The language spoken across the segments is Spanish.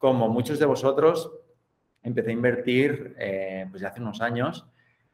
como muchos de vosotros, empecé a invertir pues ya hace unos años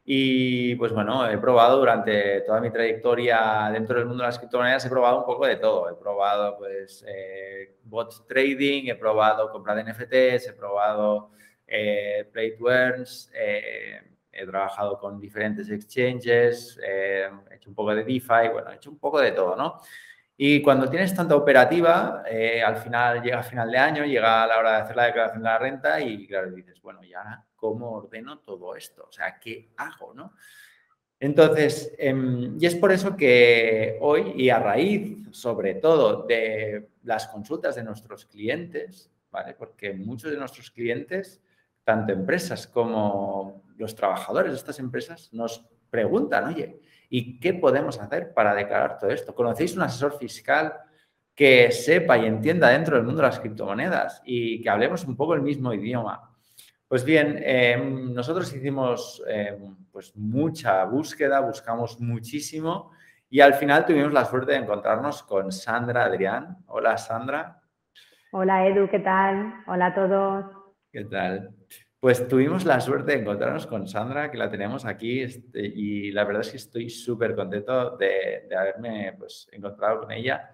y pues bueno, he probado durante toda mi trayectoria dentro del mundo de las criptomonedas, he probado un poco de todo. He probado pues bot trading, he probado compra de NFTs, he probado play to earns, he trabajado con diferentes exchanges, he hecho un poco de DeFi, bueno, he hecho un poco de todo, ¿no? Y cuando tienes tanta operativa, al final llega final de año, llega la hora de hacer la declaración de la renta y claro, dices, bueno, ¿y ahora cómo ordeno todo esto? O sea, ¿qué hago, no? Entonces, y es por eso que hoy, y a raíz sobre todo de las consultas de nuestros clientes, ¿vale? Porque muchos de nuestros clientes, tanto empresas como los trabajadores de estas empresas, nos preguntan, oye, ¿y qué podemos hacer para declarar todo esto? ¿Conocéis un asesor fiscal que sepa y entienda dentro del mundo de las criptomonedas y que hablemos un poco el mismo idioma? Pues bien, nosotros hicimos pues mucha búsqueda, buscamos muchísimo y al final tuvimos la suerte de encontrarnos con Sandra Adrián. Hola, Sandra. Hola, Edu, ¿qué tal? Hola a todos. ¿Qué tal? Pues tuvimos la suerte de encontrarnos con Sandra, que la tenemos aquí, y la verdad es que estoy súper contento de haberme pues, encontrado con ella,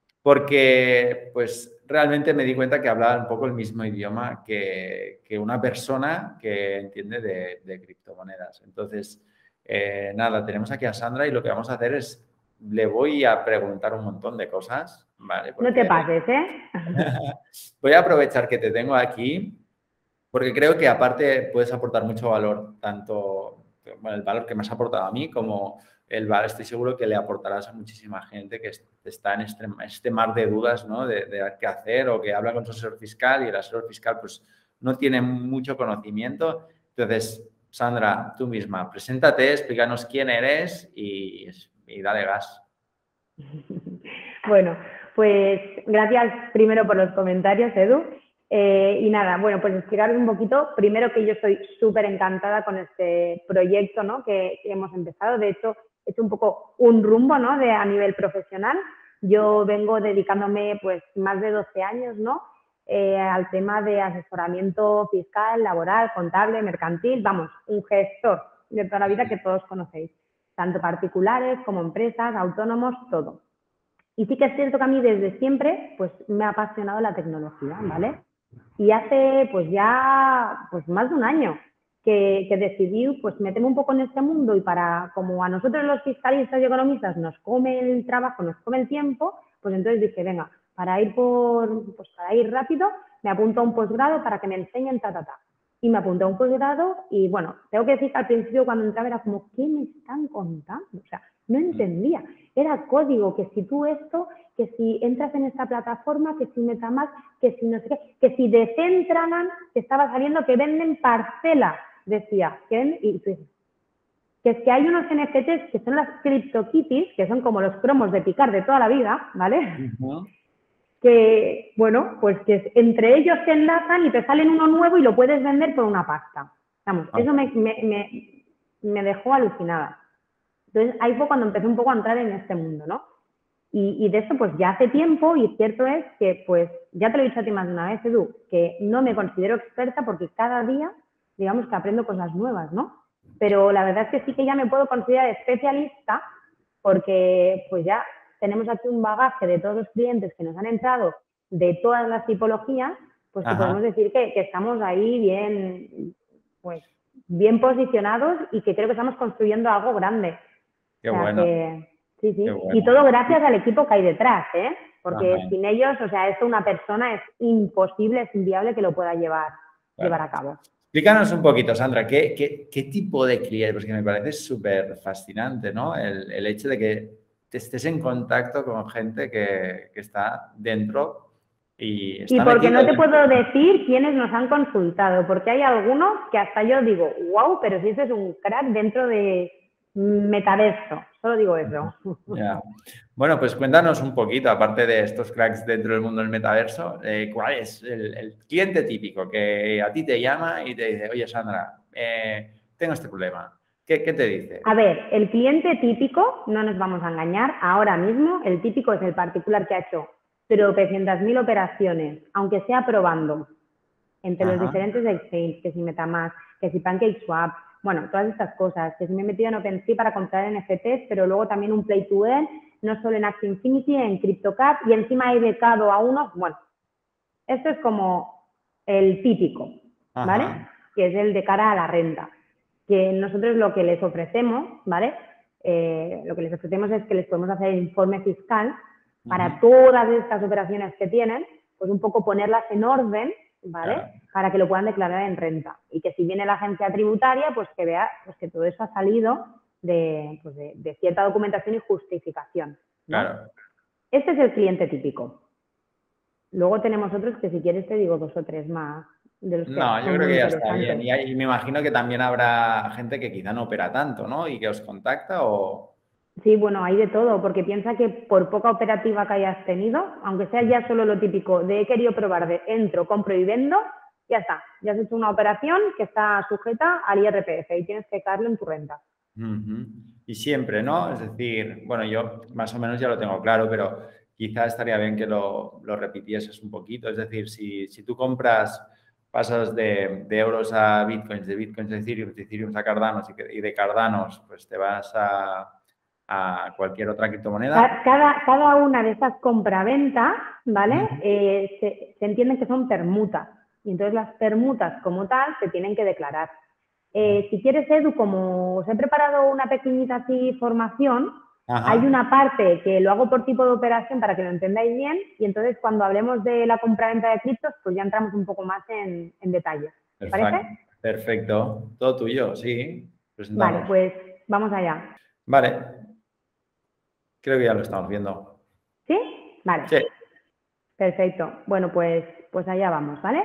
porque pues realmente me di cuenta que hablaba un poco el mismo idioma que una persona que entiende de criptomonedas. Entonces, nada, tenemos aquí a Sandra y lo que vamos a hacer es, le voy a preguntar un montón de cosas, ¿vale? No te Porque pases, ¿eh? voy a aprovechar que te tengo aquí porque creo que aparte puedes aportar mucho valor, tanto bueno, el valor que me has aportado a mí como el valor, estoy seguro que le aportarás a muchísima gente que está en este mar de dudas, ¿no? De qué hacer o que habla con su asesor fiscal y el asesor fiscal pues no tiene mucho conocimiento. Entonces, Sandra, tú misma, preséntate, explícanos quién eres y dale gas. Bueno, pues gracias primero por los comentarios, Edu. Y nada, bueno, pues explicaros un poquito. Primero que yo estoy súper encantada con este proyecto, ¿no? que hemos empezado. De hecho, he hecho un poco un rumbo, ¿no? A nivel profesional. Yo vengo dedicándome pues más de 12 años, ¿no? Al tema de asesoramiento fiscal, laboral, contable, mercantil, vamos, un gestor de toda la vida que todos conocéis, tanto particulares como empresas, autónomos, todo. Y sí que es cierto que a mí desde siempre pues me ha apasionado la tecnología, ¿vale? Y hace pues ya pues más de un año que decidí pues meterme un poco en este mundo y para, como a nosotros los fiscalistas y economistas nos come el trabajo, nos come el tiempo, pues entonces dije, venga, para ir rápido, me apunto a un posgrado para que me enseñen ta. Y me apunté a un posgrado y bueno, tengo que decir que al principio cuando entraba era como, ¿qué me están contando? O sea, no entendía. Era código, que si tú esto, que si entras en esta plataforma, que si MetaMask, que si no sé qué, que si Decentraland, que estaba saliendo que venden parcela, decía. Y que es que hay unos NFTs que son las CryptoKitties, que son como los cromos de picar de toda la vida, ¿vale? Que, bueno, pues que entre ellos se enlazan y te salen uno nuevo y lo puedes vender por una pasta. Vamos, eso me dejó alucinada. Entonces, ahí fue cuando empecé un poco a entrar en este mundo, ¿no? Y de eso, pues ya hace tiempo, y cierto es que, pues, ya te lo he dicho a ti más de una vez, Edu, que no me considero experta porque cada día, digamos que aprendo cosas nuevas, ¿no? Pero la verdad es que sí que ya me puedo considerar especialista porque, pues ya tenemos aquí un bagaje de todos los clientes que nos han entrado de todas las tipologías, pues que podemos decir que estamos ahí bien, pues, bien posicionados y que creo que estamos construyendo algo grande. Qué bueno. Sí. Qué bueno. Y todo gracias al equipo que hay detrás, ¿eh? Porque sin ellos, o sea, esto una persona es imposible, es inviable que lo pueda llevar a cabo. Explícanos un poquito, Sandra, ¿qué tipo de cliente? Porque me parece súper fascinante, ¿no? El hecho de que te estés en contacto con gente que está dentro y está porque no te dentro. puedo decir quiénes nos han consultado, porque hay algunos que hasta yo digo, wow, pero si ese es un crack dentro de metaverso. Solo digo eso. Yeah. Bueno, pues cuéntanos un poquito, aparte de estos cracks dentro del mundo del metaverso, ¿cuál es el cliente típico que a ti te llama y te dice, oye, Sandra, tengo este problema? ¿Qué te dice? A ver, el cliente típico, no nos vamos a engañar, ahora mismo el típico es el particular que ha hecho tropecientas mil operaciones, aunque sea probando, entre los diferentes exchanges, que si MetaMask, que si PancakeSwap, bueno, todas estas cosas, que si me he metido en OpenSea para comprar NFTs, pero luego también un Play to Earn, no solo en Axie Infinity, en CryptoCat, y encima he becado a unos, bueno, esto es como el típico, ¿vale? Que es el de cara a la renta. Que nosotros lo que les ofrecemos, ¿vale? Lo que les ofrecemos es que les podemos hacer el informe fiscal para todas estas operaciones que tienen, pues un poco ponerlas en orden, ¿vale? Claro. Para que lo puedan declarar en renta. Y que si viene la agencia tributaria, pues que vea pues que todo eso ha salido de cierta documentación y justificación, ¿no? Claro. Este es el cliente típico. Luego tenemos otros que si quieres te digo 2 o 3 más. De los que no, yo creo que ya está bien. Y me imagino que también habrá gente que quizá no opera tanto, ¿no? Y que os contacta o... Sí, bueno, hay de todo, porque piensa que por poca operativa que hayas tenido, aunque sea ya solo lo típico de he querido probar de entro, compro y vendo, ya está. Ya has hecho una operación que está sujeta al IRPF y tienes que caerlo en tu renta. Y siempre, ¿no? Es decir, bueno, yo más o menos ya lo tengo claro, pero quizá estaría bien que lo repitieses un poquito. Es decir, si tú compras, pasas de euros a bitcoins, de bitcoins a Ethereum, de Ethereum a Cardanos y de Cardanos, pues te vas a cualquier otra criptomoneda. Cada una de esas compraventas, ¿vale? Se entienden que son permutas. Y entonces las permutas como tal se tienen que declarar. Si quieres, Edu, como os he preparado una pequeñita así formación, hay una parte que lo hago por tipo de operación para que lo entendáis bien y entonces cuando hablemos de la compraventa de criptos, pues ya entramos un poco más en detalle. ¿Te parece? Perfecto. Todo tuyo, sí. Presentamos. Vale, pues vamos allá. Vale. Creo que ya lo estamos viendo. ¿Sí? Vale. Sí. Perfecto. Bueno, pues allá vamos, ¿vale?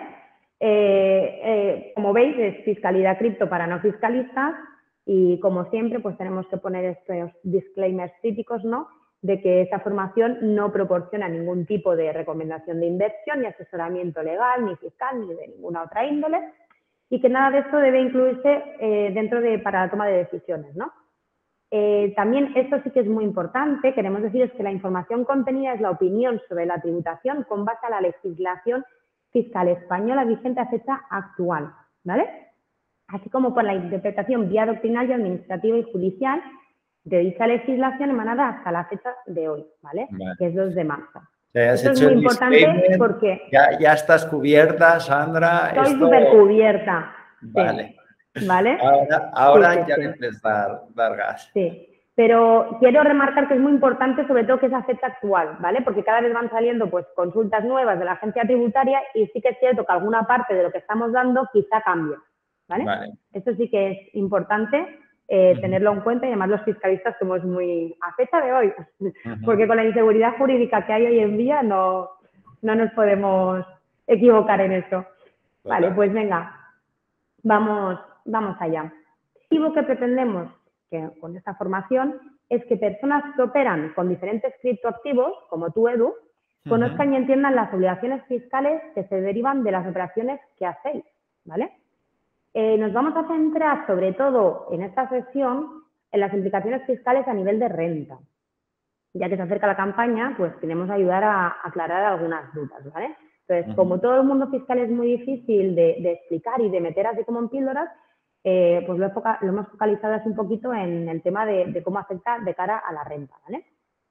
Como veis, es fiscalidad cripto para no fiscalistas y como siempre, pues tenemos que poner estos disclaimers críticos, ¿no? De que esta formación no proporciona ningún tipo de recomendación de inversión, ni asesoramiento legal, ni fiscal, ni de ninguna otra índole y que nada de esto debe incluirse para la toma de decisiones, ¿no? También esto sí que es muy importante, queremos deciros que la información contenida es la opinión sobre la tributación con base a la legislación fiscal española vigente a fecha actual, ¿vale? Así como por la interpretación vía doctrinal y administrativa y judicial de dicha legislación emanada hasta la fecha de hoy, ¿vale? Que es 2 de marzo. Esto es muy importante porque... Ya estás cubierta, Sandra. Estoy súper cubierta. Vale. Sí. ¿Vale? Ahora ya debes dar gas. Sí. Pero quiero remarcar que es muy importante, sobre todo, que es a fecha actual, ¿vale? Porque cada vez van saliendo pues consultas nuevas de la agencia tributaria y sí que es cierto que alguna parte de lo que estamos dando quizá cambie, ¿vale? Esto sí que es importante tenerlo en cuenta y además los fiscalistas somos muy a fecha de hoy, porque con la inseguridad jurídica que hay hoy en día no nos podemos equivocar en eso. Vale, pues venga, vamos allá. El objetivo que pretendemos con esta formación es que personas que operan con diferentes criptoactivos, como tú, Edu, conozcan y entiendan las obligaciones fiscales que se derivan de las operaciones que hacéis, ¿vale? Nos vamos a centrar, sobre todo en esta sesión, en las implicaciones fiscales a nivel de renta. Ya que se acerca la campaña, pues queremos ayudar a aclarar algunas dudas, ¿vale? Entonces, como todo el mundo fiscal es muy difícil de explicar y de meter así como en píldoras, pues lo hemos focalizado así un poquito en el tema de cómo afecta de cara a la renta, ¿vale?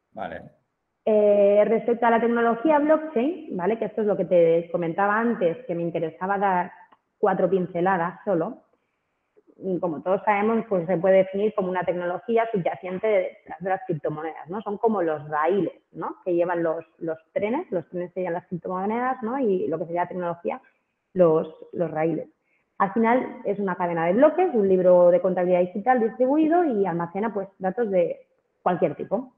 Vale. Respecto a la tecnología blockchain, ¿vale? Que esto es lo que te comentaba antes, que me interesaba dar 4 pinceladas solo. Como todos sabemos, pues se puede definir como una tecnología subyacente detrás de las criptomonedas, ¿no? Son como los raíles, ¿no? Que llevan los trenes serían las criptomonedas, ¿no? Y lo que sería la tecnología, los raíles. Al final es una cadena de bloques, un libro de contabilidad digital distribuido y almacena pues datos de cualquier tipo.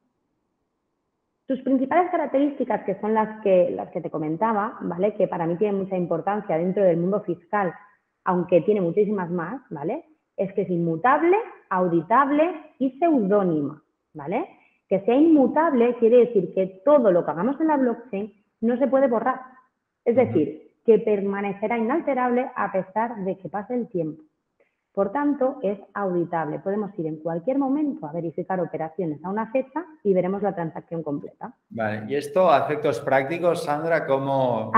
Sus principales características, que son las que te comentaba, ¿vale? Que para mí tienen mucha importancia dentro del mundo fiscal, aunque tiene muchísimas más, ¿vale? Es que es inmutable, auditable y seudónima, ¿vale? Que sea inmutable quiere decir que todo lo que hagamos en la blockchain no se puede borrar. Es decir, que permanecerá inalterable a pesar de que pase el tiempo. Por tanto, es auditable. Podemos ir en cualquier momento a verificar operaciones a una fecha y veremos la transacción completa. Vale. ¿Y esto a efectos prácticos, Sandra, cómo...?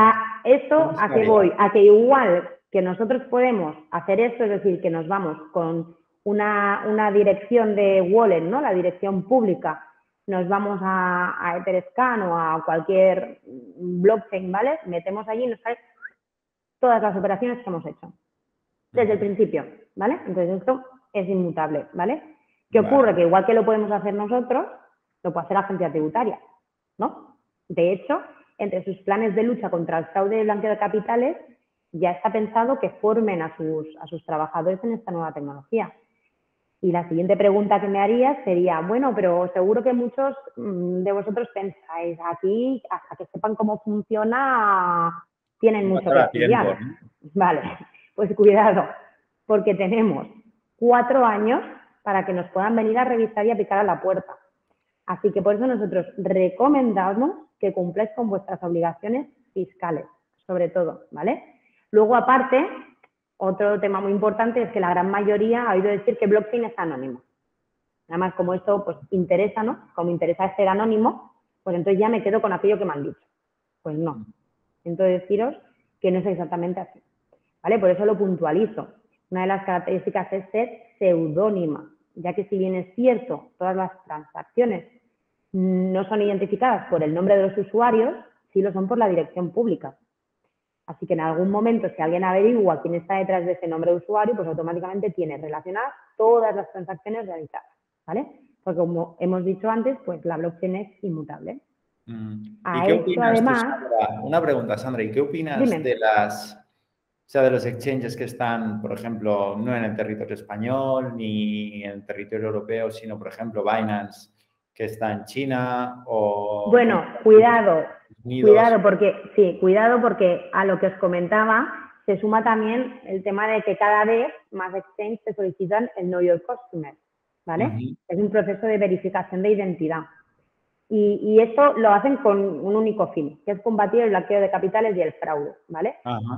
esto a qué voy, a que igual que nosotros podemos hacer esto, es decir, que nos vamos con una dirección de wallet, ¿no? La dirección pública, nos vamos a Etherscan o a cualquier blockchain, ¿vale? Metemos allí y nos salen todas las operaciones que hemos hecho desde el principio, ¿vale? Entonces esto es inmutable, ¿vale? ¿Qué ocurre? Que igual que lo podemos hacer nosotros, lo puede hacer la agencia tributaria, ¿no? De hecho, entre sus planes de lucha contra el fraude y blanqueo de capitales, ya está pensado que formen a sus trabajadores en esta nueva tecnología. Y la siguiente pregunta que me haría sería, bueno, pero seguro que muchos de vosotros pensáis, aquí, hasta que sepan cómo funciona, tienen mucho que estudiar. Vale, pues cuidado, porque tenemos 4 años para que nos puedan venir a revisar y a picar a la puerta. Así que por eso nosotros recomendamos que cumpláis con vuestras obligaciones fiscales, sobre todo, ¿vale? Luego, aparte, otro tema muy importante es que la gran mayoría ha oído decir que blockchain es anónimo. Además, como esto pues interesa, ¿no? Como interesa ser anónimo, pues entonces ya me quedo con aquello que me han dicho. Pues no. Entonces deciros que no es exactamente así, ¿vale? Por eso lo puntualizo. Una de las características es ser seudónima, ya que si bien es cierto, todas las transacciones no son identificadas por el nombre de los usuarios, sí lo son por la dirección pública. Así que en algún momento, si alguien averigua quién está detrás de ese nombre de usuario, pues automáticamente tiene relacionadas todas las transacciones realizadas, ¿vale? Porque como hemos dicho antes, pues la blockchain es inmutable. ¿Y qué opinas además, tú, Sandra? Una pregunta, Sandra, ¿y qué opinas de de los exchanges que están, por ejemplo, no en el territorio español ni en el territorio europeo, sino, por ejemplo, Binance, que está en China o... Bueno, cuidado porque a lo que os comentaba se suma también el tema de que cada vez más exchanges te solicitan el Know Your Customer, ¿vale? Es un proceso de verificación de identidad. Y esto lo hacen con un único fin, que es combatir el blanqueo de capitales y el fraude, ¿vale?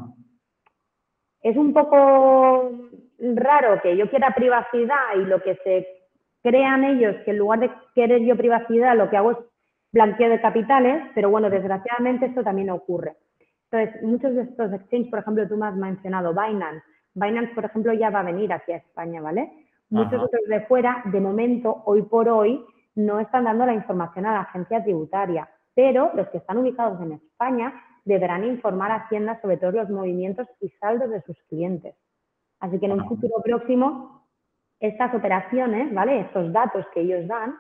Es un poco raro que yo quiera privacidad y lo que se crean ellos, que en lugar de querer yo privacidad, lo que hago es blanqueo de capitales, pero bueno, desgraciadamente esto también ocurre. Entonces, muchos de estos exchanges, por ejemplo, tú me has mencionado Binance. Binance, por ejemplo, ya va a venir aquí a España, ¿vale? Muchos otros de fuera, de momento, hoy por hoy, no están dando la información a la agencia tributaria, pero los que están ubicados en España deberán informar a Hacienda sobre todos los movimientos y saldos de sus clientes. Así que en un futuro próximo, estas operaciones, ¿vale? Estos datos que ellos dan,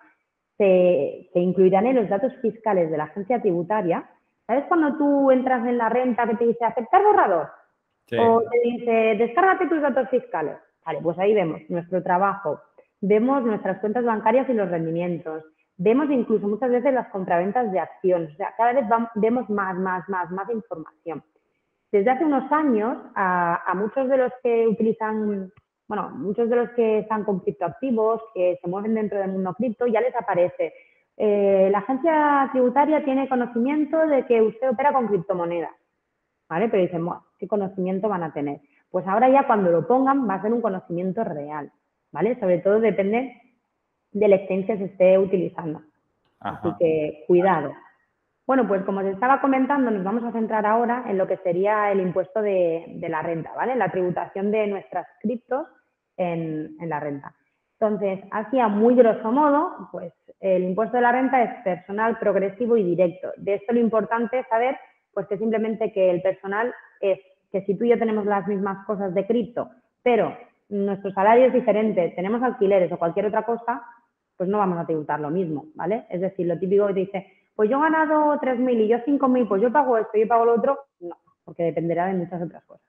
se incluirán en los datos fiscales de la agencia tributaria. ¿Sabes cuando tú entras en la renta que te dice aceptar borrador? Sí. O te dice descárgate tus datos fiscales. Vale, pues ahí vemos nuestro trabajo, vemos nuestras cuentas bancarias y los rendimientos, vemos incluso muchas veces las compraventas de acciones. O sea, cada vez vemos más información. Desde hace unos años, a muchos de los que utilizan, bueno, muchos de los que están con criptoactivos, que se mueven dentro del mundo cripto, ya les aparece. La agencia tributaria tiene conocimiento de que usted opera con criptomonedas, ¿vale? Pero dicen, bueno, ¿qué conocimiento van a tener? Pues ahora ya cuando lo pongan va a ser un conocimiento real, ¿vale? Sobre todo depende del exchange que se esté utilizando. Así que cuidado. Bueno, pues como os estaba comentando, nos vamos a centrar ahora en lo que sería el impuesto de la renta, ¿vale? La tributación de nuestras criptos en la renta. Entonces, así a muy grosso modo, pues el impuesto de la renta es personal, progresivo y directo. De esto lo importante es saber, pues que simplemente que el personal es que si tú y yo tenemos las mismas cosas de cripto, pero nuestro salario es diferente, tenemos alquileres o cualquier otra cosa, pues no vamos a tributar lo mismo, ¿vale? Es decir, lo típico que te dice, pues yo he ganado 3.000 y yo 5.000, pues yo pago esto, yo pago lo otro. No, porque dependerá de muchas otras cosas,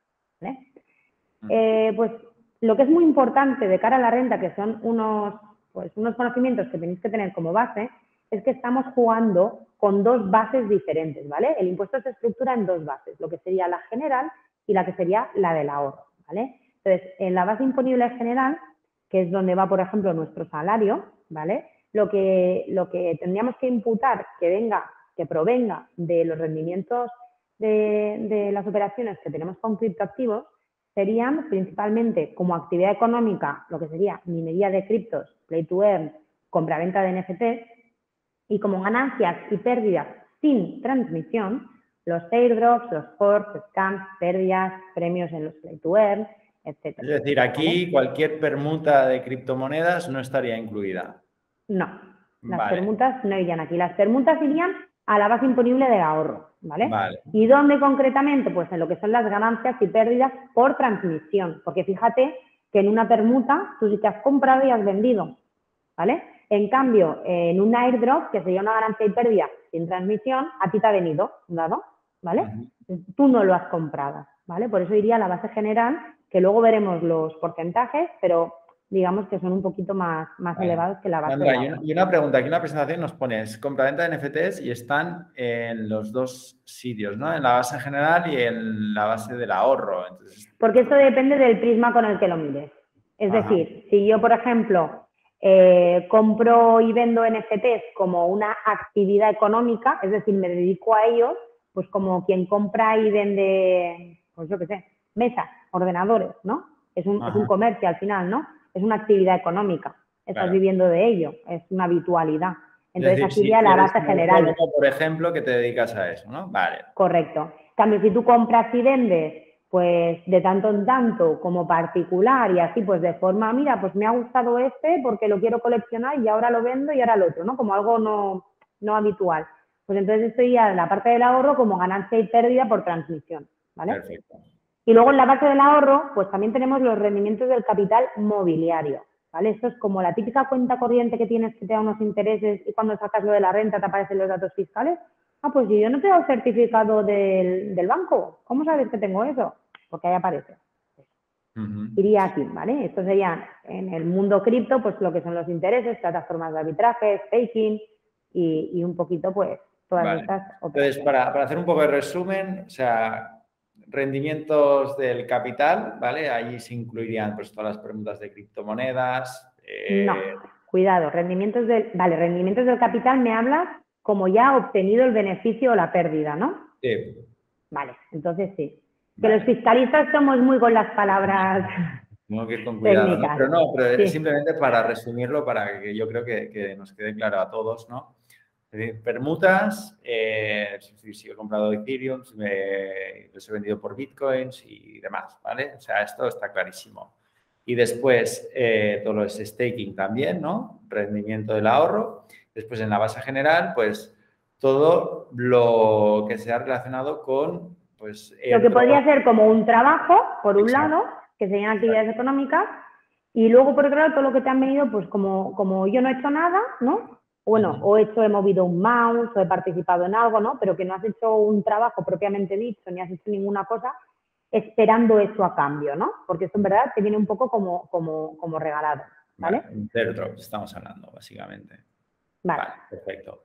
¿vale? Pues lo que es muy importante de cara a la renta, que son unos conocimientos que tenéis que tener como base, es que estamos jugando con 2 bases diferentes, ¿vale? El impuesto se estructura en 2 bases, lo que sería la general y la que sería la del ahorro, ¿vale? Entonces, en la base imponible general, que es donde va, por ejemplo, nuestro salario, ¿vale? Lo que tendríamos que imputar que provenga de los rendimientos de las operaciones que tenemos con criptoactivos serían principalmente como actividad económica lo que sería minería de criptos, play to earn, compraventa de NFT, y como ganancias y pérdidas sin transmisión, los airdrops, los forks, scams, pérdidas, premios en los play to earn, etc. Es decir, aquí cualquier permuta de criptomonedas no estaría incluida. No, las permutas no irían aquí. Las permutas irían a la base imponible de ahorro, ¿vale? ¿Y dónde concretamente? Pues en lo que son las ganancias y pérdidas por transmisión, porque fíjate que en una permuta tú sí que has comprado y has vendido, ¿vale? En cambio, en un airdrop, que sería una ganancia y pérdida sin transmisión, a ti te ha venido un dado, ¿vale? Tú no lo has comprado, ¿vale? Por eso iría a la base general, que luego veremos los porcentajes, pero digamos que son un poquito más elevados que la base. Sandra, y una pregunta, aquí en la presentación nos pones compraventa de NFTs y están en los dos sitios, ¿no? En la base general y en la base del ahorro. Entonces... Porque esto depende del prisma con el que lo mires. Es decir, si yo, por ejemplo, compro y vendo NFTs como una actividad económica, es decir, me dedico a ellos, pues como quien compra y vende, pues yo qué sé, mesas, ordenadores, ¿no? Es un comercio al final, ¿no? Es una actividad económica, estás viviendo de ello, es una habitualidad. Entonces, aquí iría la base general. Por ejemplo, que te dedicas a eso, ¿no? Vale. Correcto. En cambio, si tú compras y vendes, pues de tanto en tanto como particular y así, pues de forma, mira, pues me ha gustado este porque lo quiero coleccionar y ahora lo vendo y ahora el otro, ¿no? Como algo no habitual. Pues entonces esto iría en la parte del ahorro como ganancia y pérdida por transmisión, ¿vale? Perfecto. Y luego en la base del ahorro, pues también tenemos los rendimientos del capital mobiliario, ¿vale? Esto es como la típica cuenta corriente que tienes que te da unos intereses y cuando sacas lo de la renta te aparecen los datos fiscales. Ah, pues si yo no te he dado certificado del banco, ¿cómo sabes que tengo eso? Porque ahí aparece. Iría aquí, ¿vale? Esto sería en el mundo cripto, pues lo que son los intereses, plataformas de arbitraje, staking y un poquito, pues, todas estas operaciones. Entonces, para hacer un poco de resumen, o sea, rendimientos del capital, ¿vale? Ahí se incluirían pues todas las preguntas de criptomonedas. No, cuidado, rendimientos del capital me hablas como ya ha obtenido el beneficio o la pérdida, ¿no? Sí. Vale, entonces sí. Que los fiscalistas somos muy con las palabras tengo que ir con cuidado, técnicas. ¿no? Pero es simplemente para resumirlo, para que yo creo que nos quede claro a todos, ¿no? Es decir, permutas, si he comprado Ethereum, si los he vendido por Bitcoins y demás, ¿vale? O sea, esto está clarísimo. Y después, todo lo es staking también, ¿no? Rendimiento del ahorro. Después, en la base general, pues, todo lo que sea relacionado con, pues... Lo que podría ser como un trabajo, por un lado, que serían actividades económicas, y luego, por otro lado, todo lo que te han venido, pues, como yo no he hecho nada, ¿no? Bueno, o he movido un mouse, o he participado en algo, ¿no? Pero que no has hecho un trabajo propiamente dicho, ni has hecho ninguna cosa, esperando eso a cambio, ¿no? Porque eso en verdad te viene un poco como regalado, ¿vale? Un airdrop estamos hablando, básicamente. Vale, perfecto.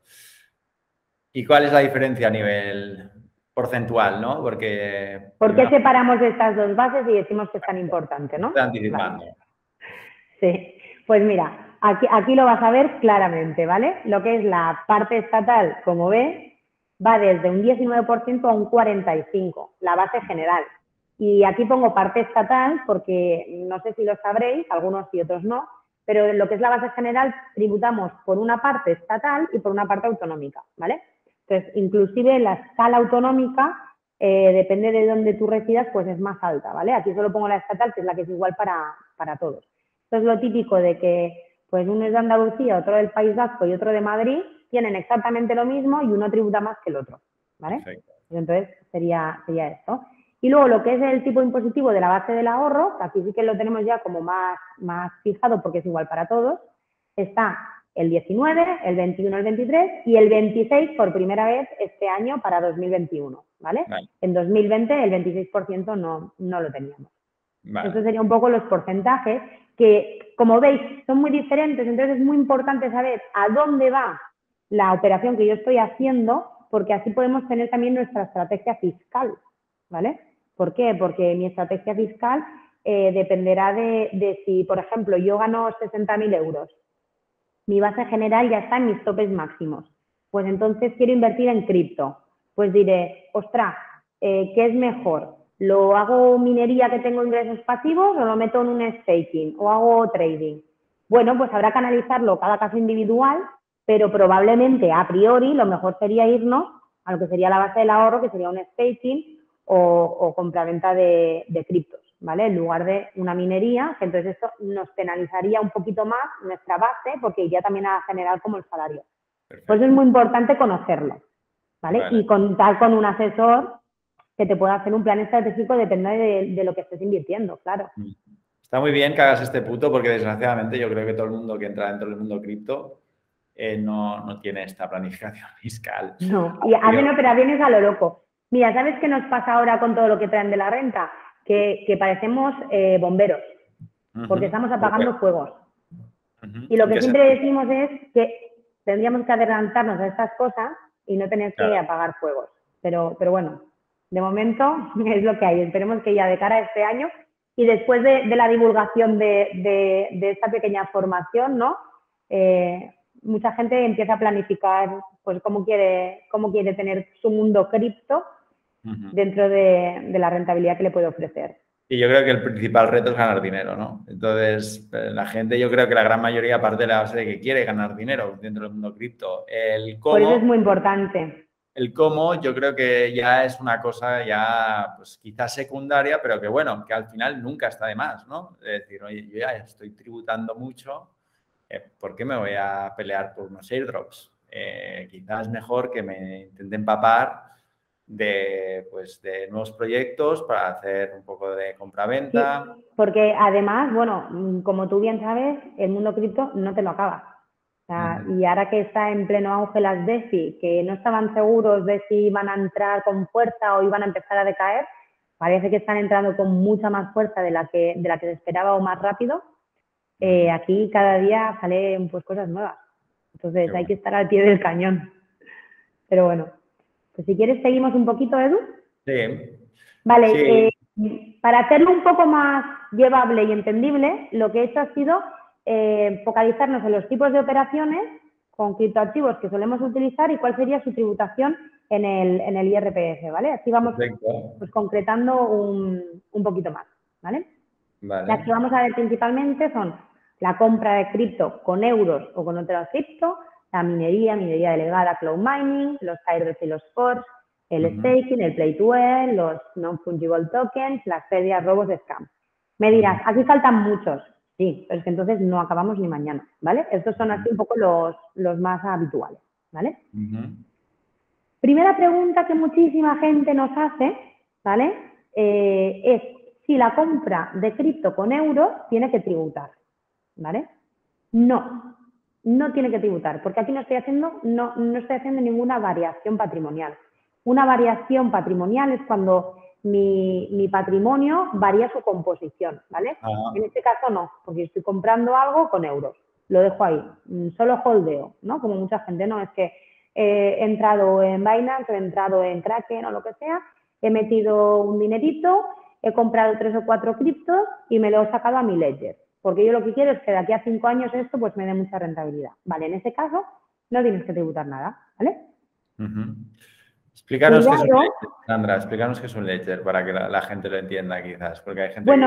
¿Y cuál es la diferencia a nivel porcentual, no? ¿Por qué separamos estas dos bases y decimos que es tan importante, no? Estoy anticipando. Vale. Sí, pues mira, aquí lo vas a ver claramente, ¿vale? Lo que es la parte estatal, como ves, va desde un 19% a un 45%, la base general. Y aquí pongo parte estatal porque no sé si lo sabréis, algunos y otros no, pero en lo que es la base general tributamos por una parte estatal y por una parte autonómica, ¿vale? Entonces, inclusive la escala autonómica, depende de dónde tú residas, pues es más alta, ¿vale? Aquí solo pongo la estatal, que es la que es igual para todos. Esto es lo típico de que pues uno es de Andalucía, otro del País Vasco y otro de Madrid, tienen exactamente lo mismo y uno tributa más que el otro, ¿vale? Perfecto. Entonces, sería esto. Y luego lo que es el tipo impositivo de la base del ahorro, que aquí sí que lo tenemos ya como más fijado porque es igual para todos, está el 19, el 21, el 23 y el 26 por primera vez este año para 2021, ¿vale? En 2020 el 26% no lo teníamos. Estos serían un poco los porcentajes que, como veis, son muy diferentes, entonces es muy importante saber a dónde va la operación que yo estoy haciendo, porque así podemos tener también nuestra estrategia fiscal, ¿vale? ¿Por qué? Porque mi estrategia fiscal dependerá de si, por ejemplo, yo gano 60.000 euros, mi base general ya está en mis topes máximos, pues entonces quiero invertir en cripto, pues diré, ostras, ¿qué es mejor? ¿Lo hago minería que tengo ingresos pasivos o lo meto en un staking o hago trading? Bueno, pues habrá que analizarlo cada caso individual, pero probablemente a priori lo mejor sería irnos a lo que sería la base del ahorro, que sería un staking o compraventa de criptos, ¿vale? En lugar de una minería, que entonces esto nos penalizaría un poquito más nuestra base porque iría también a generar como el salario. Perfecto. Por eso es muy importante conocerlo, ¿vale? Y contar con un asesor que te pueda hacer un plan estratégico depende de lo que estés invirtiendo, claro. Está muy bien que hagas este punto porque desgraciadamente yo creo que todo el mundo que entra dentro del mundo cripto no tiene esta planificación fiscal. No, y hacen operaciones a lo loco. Mira, ¿sabes qué nos pasa ahora con todo lo que traen de la renta? Que parecemos bomberos, porque estamos apagando fuegos. Y lo que siempre decimos es que tendríamos que adelantarnos a estas cosas y no tener que apagar fuegos. Pero bueno, de momento es lo que hay. Esperemos que ya de cara a este año y después de la divulgación de esta pequeña formación, ¿no? Mucha gente empieza a planificar pues cómo quiere tener su mundo cripto dentro de la rentabilidad que le puede ofrecer. Y yo creo que el principal reto es ganar dinero, ¿no? Entonces, la gente, yo creo que la gran mayoría parte de la base de que quiere ganar dinero dentro del mundo cripto. El cómo, por eso es muy importante. El cómo, yo creo que ya es una cosa ya, pues quizás secundaria, pero que bueno, que al final nunca está de más, ¿no? Es decir, oye, yo ya estoy tributando mucho, ¿por qué me voy a pelear por unos airdrops? Quizás es mejor que me intenten papar de nuevos proyectos para hacer un poco de compraventa. Sí, porque además, bueno, como tú bien sabes, el mundo cripto no te lo acaba. O sea, y ahora que está en pleno auge las DeFi, que no estaban seguros de si iban a entrar con fuerza o iban a empezar a decaer, parece que están entrando con mucha más fuerza de la que se esperaba o más rápido. Aquí cada día salen pues cosas nuevas. Entonces hay que estar al pie del cañón. Pero bueno, pues si quieres seguimos un poquito, Edu. Sí. Vale, sí. Para hacerlo un poco más llevable y entendible, lo que he hecho ha sido focalizarnos en los tipos de operaciones con criptoactivos que solemos utilizar y cuál sería su tributación en el IRPF, ¿vale? Así vamos pues, concretando un poquito más, ¿vale? Las que vamos a ver principalmente son la compra de cripto con euros o con otras cripto, la minería delegada, cloud mining, los airdrops y los forks, el staking, el play to earn, los non-fungible tokens, las pérdidas, robos, scam. Me dirás, aquí faltan muchos. Sí, pero es que entonces no acabamos ni mañana, ¿vale? Estos son así un poco los más habituales, ¿vale? Primera pregunta que muchísima gente nos hace, ¿vale? Es si la compra de cripto con euros tiene que tributar, ¿vale? No, no tiene que tributar, porque aquí no estoy haciendo ninguna variación patrimonial. Una variación patrimonial es cuando mi patrimonio varía su composición, ¿vale? En este caso no, porque estoy comprando algo con euros. Lo dejo ahí, solo holdeo, ¿no? Como mucha gente, no, es que he entrado en Binance, he entrado en Kraken o lo que sea, he metido un dinerito, he comprado 3 o 4 criptos y me lo he sacado a mi ledger. Porque yo lo que quiero es que de aquí a 5 años esto pues me dé mucha rentabilidad. Vale, en ese caso no tienes que tributar nada, ¿vale? Explícanos qué es un ledger, Sandra, explícanos qué es un ledger para que la gente lo entienda quizás, porque hay gente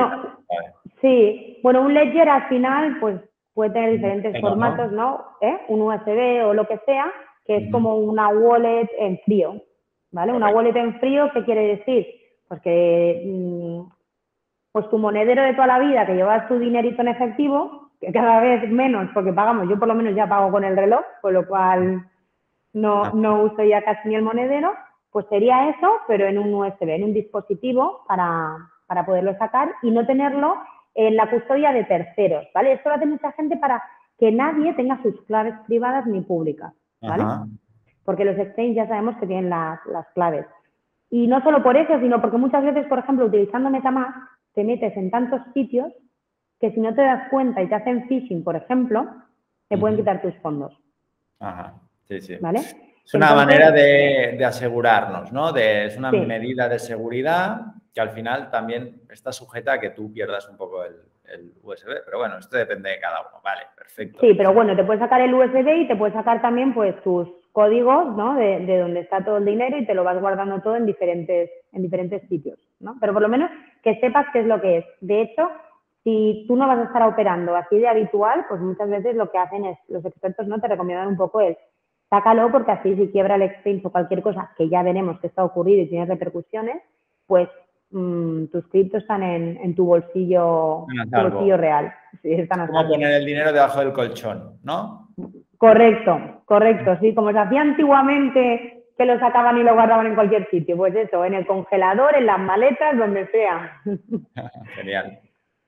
sí, bueno, un ledger al final pues puede tener diferentes formatos, ¿no? Un USB o lo que sea, que es como una wallet en frío, ¿vale? Una wallet en frío, ¿qué quiere decir? Pues que pues tu monedero de toda la vida, que llevas tu dinerito en efectivo, que cada vez menos, porque pagamos, yo por lo menos ya pago con el reloj, con lo cual no uso ya casi ni el monedero, pues sería eso, pero en un USB, en un dispositivo para poderlo sacar y no tenerlo en la custodia de terceros, ¿vale? Esto lo hace mucha gente para que nadie tenga sus claves privadas ni públicas, ¿vale? Porque los exchanges ya sabemos que tienen las claves. Y no solo por eso, sino porque muchas veces, por ejemplo, utilizando MetaMask, te metes en tantos sitios que si no te das cuenta y te hacen phishing, por ejemplo, te pueden quitar tus fondos. Sí, sí. ¿Vale? Es una manera de asegurarnos, ¿no? Es una medida de seguridad que al final también está sujeta a que tú pierdas un poco el USB. Pero bueno, esto depende de cada uno. Vale, perfecto. Sí, pero bueno, te puedes sacar el USB y te puedes sacar también pues tus códigos, ¿no? De donde está todo el dinero y te lo vas guardando todo en diferentes sitios, ¿no? Pero por lo menos que sepas qué es lo que es. De hecho, si tú no vas a estar operando así de habitual, pues muchas veces lo que hacen es, los expertos no te recomiendan un poco el sácalo porque así si quiebra el exchange o cualquier cosa, que ya veremos que está ocurrido y tiene repercusiones, pues tus criptos están en tu bolsillo real. Sí, están a como salvo. poner el dinero debajo del colchón, ¿no? Correcto, correcto, sí, como se hacía antiguamente, que lo sacaban y lo guardaban en cualquier sitio, pues eso, en el congelador, en las maletas, donde sea. Genial.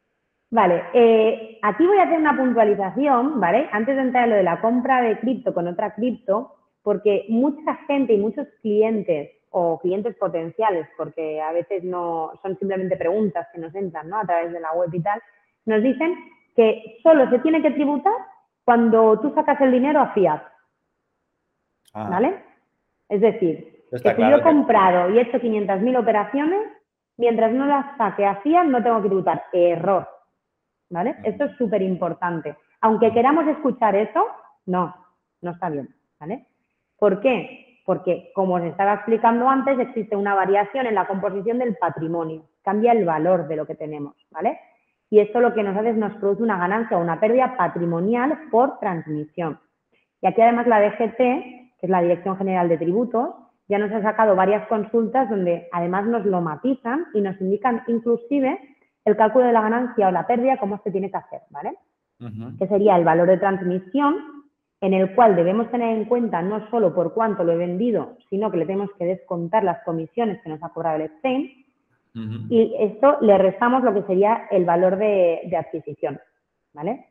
Vale, aquí voy a hacer una puntualización, ¿vale? Antes de entrar en lo de la compra de cripto con otra cripto, porque mucha gente y muchos clientes o clientes potenciales, porque a veces no son simplemente preguntas que nos entran, ¿no? A través de la web y tal, nos dicen que solo se tiene que tributar cuando tú sacas el dinero a fiat, ¿vale? Es decir, que si yo he comprado y he hecho 500.000 operaciones, mientras no las saque a fiat no tengo que tributar. Error, ¿vale? Esto es súper importante. Aunque queramos escuchar eso, no está bien, ¿vale? ¿Por qué? Porque, como os estaba explicando antes, existe una variación en la composición del patrimonio. Cambia el valor de lo que tenemos, ¿vale? Y esto lo que nos hace es nos produce una ganancia o una pérdida patrimonial por transmisión. Y aquí además la DGT, que es la Dirección General de Tributos, ya nos ha sacado varias consultas donde además nos lo matizan y nos indican inclusive el cálculo de la ganancia o la pérdida, cómo se tiene que hacer, ¿vale? Que sería el valor de transmisión, en el cual debemos tener en cuenta no solo por cuánto lo he vendido, sino que le tenemos que descontar las comisiones que nos ha cobrado el exchange, y esto le restamos lo que sería el valor de adquisición, ¿vale?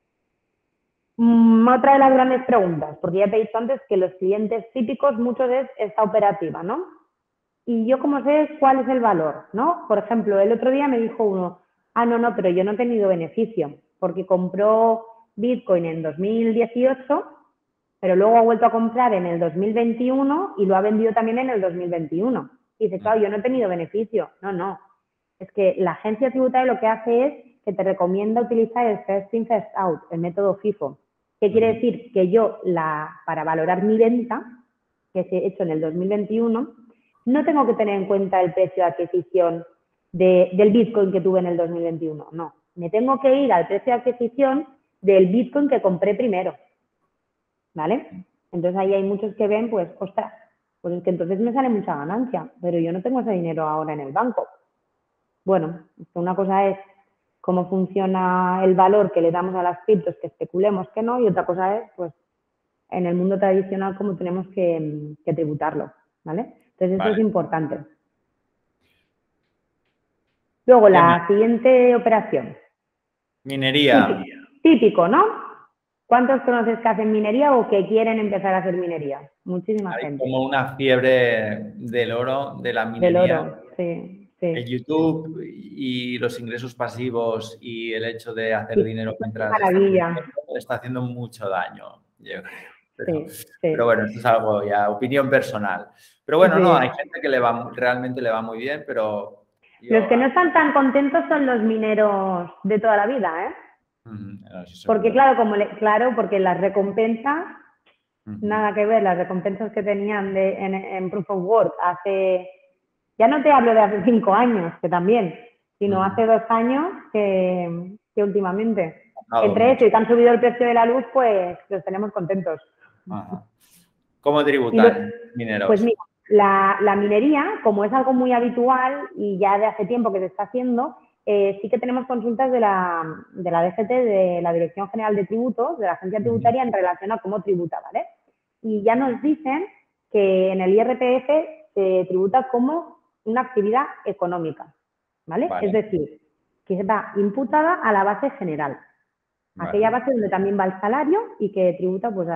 Otra de las grandes preguntas, porque ya te he dicho antes que los clientes típicos, muchos es esta operativa, ¿no? Y yo como sé cuál es el valor, ¿no? Por ejemplo, el otro día me dijo uno, no, pero yo no he tenido beneficio, porque compró Bitcoin en 2018, pero luego ha vuelto a comprar en el 2021 y lo ha vendido también en el 2021. Y dice, claro, yo no he tenido beneficio. No. Es que la agencia tributaria lo que hace es que te recomienda utilizar el First In, First Out, el método FIFO. ¿Qué quiere decir? Que yo, para valorar mi venta, que he hecho en el 2021, no tengo que tener en cuenta el precio de adquisición del Bitcoin que tuve en el 2021. No, me tengo que ir al precio de adquisición del Bitcoin que compré primero. ¿Vale? Entonces ahí hay muchos que ven, pues, ostras, pues es que entonces me sale mucha ganancia, pero yo no tengo ese dinero ahora en el banco. Bueno, una cosa es cómo funciona el valor que le damos a las criptos, que especulemos que no, y otra cosa es, pues, en el mundo tradicional cómo tenemos que tributarlo, ¿vale? Entonces eso es importante. Luego, la siguiente operación. Minería. Típico, ¿no? ¿Cuántos conoces que hacen minería o que quieren empezar a hacer minería? Muchísima gente. Como una fiebre del oro, de la minería. Del oro, sí. El YouTube y los ingresos pasivos y el hecho de hacer dinero mientras está haciendo mucho daño, yo creo. Pero bueno, esto es algo ya, opinión personal. Pero bueno, no, hay gente que realmente le va muy bien, pero... Los que no están tan contentos son los mineros de toda la vida, ¿eh? Porque claro, porque las recompensas, nada que ver, las recompensas que tenían en Proof of Work hace, ya no te hablo de hace 5 años, que también, sino hace 2 años que últimamente. Entre eso y que han subido el precio de la luz, pues los tenemos contentos. ¿Cómo tributan mineros? Pues mira, la minería, como es algo muy habitual y ya de hace tiempo que se está haciendo, sí que tenemos consultas de la DGT, de la Dirección General de Tributos, de la Agencia Tributaria, en relación a cómo tributa, ¿vale? Y ya nos dicen que en el IRPF se tributa como una actividad económica, ¿vale? Es decir, que va imputada a la base general, aquella base donde también va el salario y que tributa pues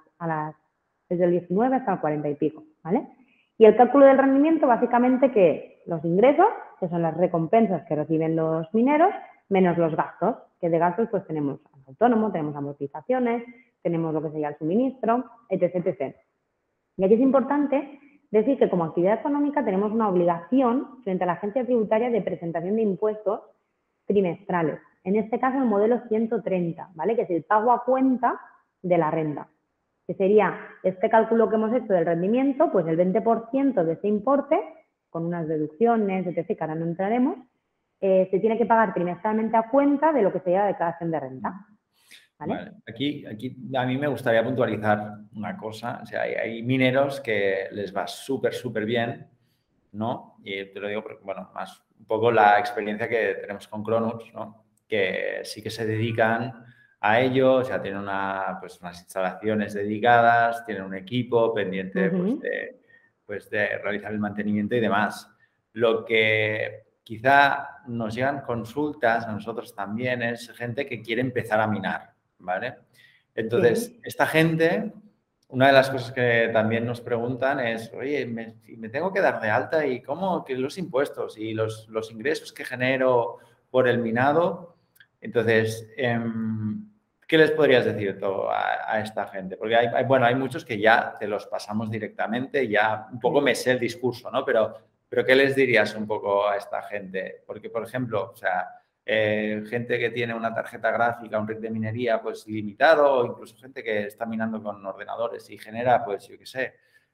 desde el 19 hasta el 40 y pico, ¿vale? Y el cálculo del rendimiento, básicamente, que los ingresos, que son las recompensas que reciben los mineros, menos los gastos, que de gastos pues tenemos autónomo, tenemos amortizaciones, tenemos lo que sería el suministro, etc, etc. Y aquí es importante decir que como actividad económica tenemos una obligación frente a la agencia tributaria de presentación de impuestos trimestrales. En este caso el modelo 130, ¿vale? Que es el pago a cuenta de la renta, que sería este cálculo que hemos hecho del rendimiento, pues el 20% de ese importe, con unas deducciones, etc., que ahora no entraremos, se tiene que pagar trimestralmente a cuenta de lo que sería la declaración de renta. ¿vale? Vale. Aquí a mí me gustaría puntualizar una cosa. O sea, hay mineros que les va súper, súper bien, ¿no? Y te lo digo porque, bueno, más un poco la experiencia que tenemos con Cronus, ¿no? Que sí que se dedican a ello, o sea, tienen pues, unas instalaciones dedicadas, tienen un equipo pendiente pues, de realizar el mantenimiento y demás. Lo que quizá nos llegan consultas a nosotros también es gente que quiere empezar a minar, ¿vale? Entonces, Sí. esta gente, una de las cosas que también nos preguntan es, oye, me tengo que dar de alta y cómo que los impuestos y los ingresos que genero por el minado. Entonces, ¿qué les podrías decir a esta gente? Porque bueno, hay muchos que ya te los pasamos directamente, ya un poco me sé el discurso, ¿no? Pero ¿qué les dirías un poco a esta gente? Porque, por ejemplo, o sea, gente que tiene una tarjeta gráfica, un rig de minería pues limitado, o incluso gente que está minando con ordenadores y genera, pues yo qué sé,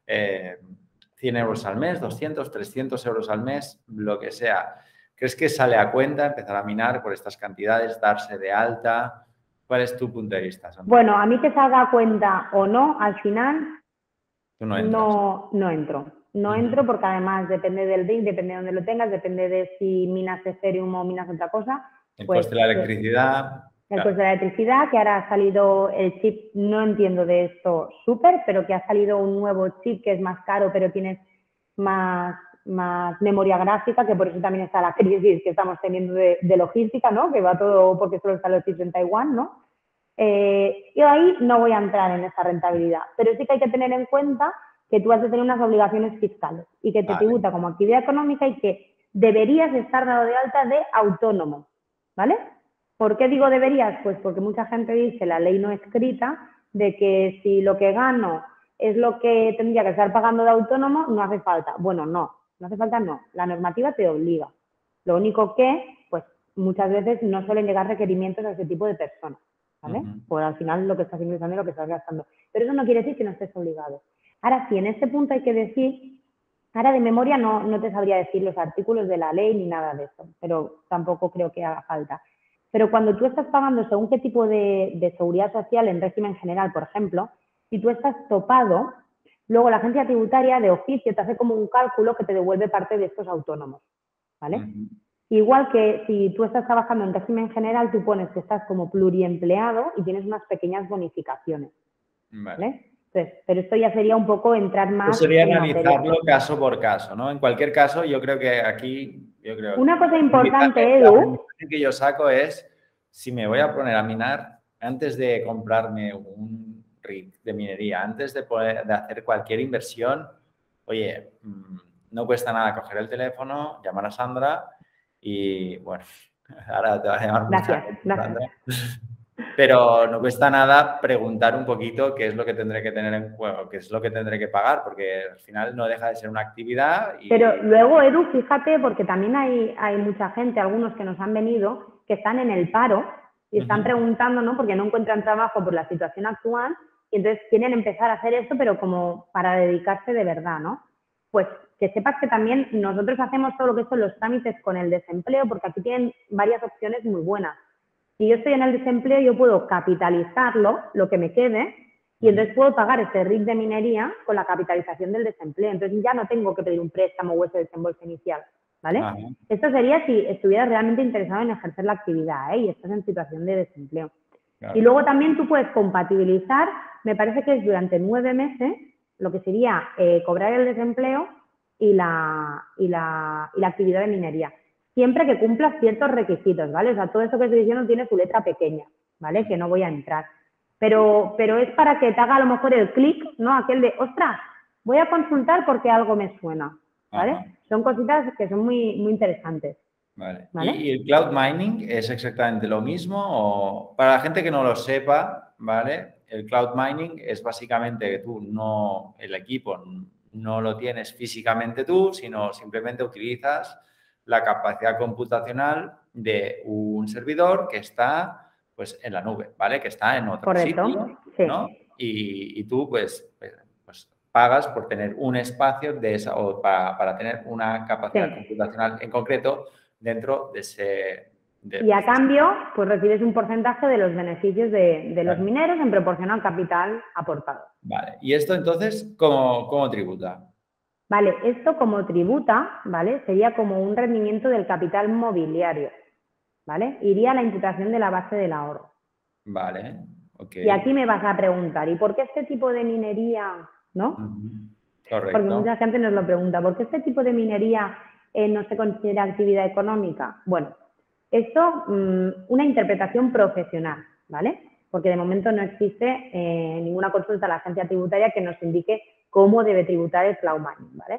100 euros al mes, 200, 300 euros al mes, lo que sea. ¿Crees que sale a cuenta empezar a minar por estas cantidades, darse de alta? ¿Cuál es tu punto de vista, Sandra? Bueno, a mí que salga a cuenta o no, al final Tú no entras. no entro. No entro porque además depende del rig, depende de dónde lo tengas, depende de si minas Ethereum o minas otra cosa. El Pues coste de la electricidad. el Claro. coste de la electricidad, que ahora ha salido el chip, no entiendo de esto súper, pero que ha salido un nuevo chip que es más caro, pero tienes más memoria gráfica, que por eso también está la crisis que estamos teniendo de logística, ¿no? Que va todo porque solo están los chips en Taiwán, ¿no? Yo ahí no voy a entrar en esa rentabilidad, pero sí que hay que tener en cuenta que tú has de tener unas obligaciones fiscales y que te Vale. tributa como actividad económica y que deberías estar dado de alta de autónomo, ¿vale? ¿Por qué digo deberías? Pues porque mucha gente dice la ley no escrita de que si lo que gano es lo que tendría que estar pagando de autónomo, no hace falta. Bueno, no hace falta, no. La normativa te obliga. Lo único que, pues muchas veces no suelen llegar requerimientos a ese tipo de personas, ¿vale? Pues al final lo que estás ingresando y lo que estás gastando. Pero eso no quiere decir que no estés obligado. Ahora, sí, en este punto hay que decir, ahora de memoria no te sabría decir los artículos de la ley ni nada de eso, pero tampoco creo que haga falta. Pero cuando tú estás pagando según qué tipo de seguridad social en régimen general, por ejemplo, si tú estás topado, luego la agencia tributaria de oficio te hace como un cálculo que te devuelve parte de estos autónomos, ¿vale? Igual que si tú estás trabajando en régimen general, tú pones que estás como pluriempleado y tienes unas pequeñas bonificaciones, ¿vale? Entonces, pero esto ya sería un poco entrar Pues más sería en materia. analizarlo caso por caso, ¿no? En cualquier caso, yo creo que aquí, Una cosa el importante, la Edu, aprendizaje que yo saco es, si me voy a poner a minar, antes de comprarme un rig de minería, antes de hacer cualquier inversión, oye, no cuesta nada coger el teléfono, llamar a Sandra y, bueno, ahora te va a llamar mucha gracias, gente, gracias. Sandra. Pero no cuesta nada preguntar un poquito qué es lo que tendré que tener en juego, qué es lo que tendré que pagar, porque al final no deja de ser una actividad Pero y... luego, Edu, fíjate, porque también hay mucha gente, algunos que nos han venido, que están en el paro y están preguntando, ¿no? Porque no encuentran trabajo por la situación actual y entonces quieren empezar a hacer esto, pero como para dedicarse de verdad, ¿no? Pues que sepas que también nosotros hacemos todo lo que son los trámites con el desempleo, porque aquí tienen varias opciones muy buenas. Si yo estoy en el desempleo, yo puedo capitalizarlo, lo que me quede, y entonces puedo pagar ese RIC de minería con la capitalización del desempleo. Entonces ya no tengo que pedir un préstamo o ese desembolso inicial, ¿vale? Ajá. Esto sería si estuvieras realmente interesado en ejercer la actividad, y estás en situación de desempleo. Claro. Y luego también tú puedes compatibilizar, me parece que es durante 9 meses, lo que sería cobrar el desempleo y la actividad de minería. Siempre que cumplas ciertos requisitos, ¿vale? O sea, todo esto que estoy diciendo tiene su letra pequeña, ¿vale? Que no voy a entrar. Pero es para que te haga a lo mejor el clic, ¿no? Aquel de, ostras, voy a consultar porque algo me suena, ¿vale? Ajá. Son cositas que son muy, muy interesantes. Vale. ¿Vale? ¿Y el cloud mining es exactamente lo mismo? O para la gente que no lo sepa, ¿vale? El cloud mining es básicamente que tú no, el equipo no lo tienes físicamente tú, sino simplemente utilizas la capacidad computacional de un servidor que está pues en la nube, ¿vale? Que está en otro sitio, Sí. ¿no? Y tú pues pagas por tener un espacio de esa, o para tener una capacidad computacional en concreto dentro de Y a cambio, pues recibes un porcentaje de los beneficios de los mineros en proporción al capital aportado. Vale. ¿Y esto entonces cómo tributa? Vale, esto como tributa, ¿vale? Sería como un rendimiento del capital mobiliario, ¿vale? Iría a la imputación de la base del ahorro. Vale, ok. Y aquí me vas a preguntar, ¿y por qué este tipo de minería, no? Correcto. Porque mucha gente nos lo pregunta, ¿por qué este tipo de minería no se considera actividad económica? Bueno, esto, una interpretación profesional, ¿vale? Porque de momento no existe ninguna consulta a la agencia tributaria que nos indique cómo debe tributar el cloud mining, ¿vale?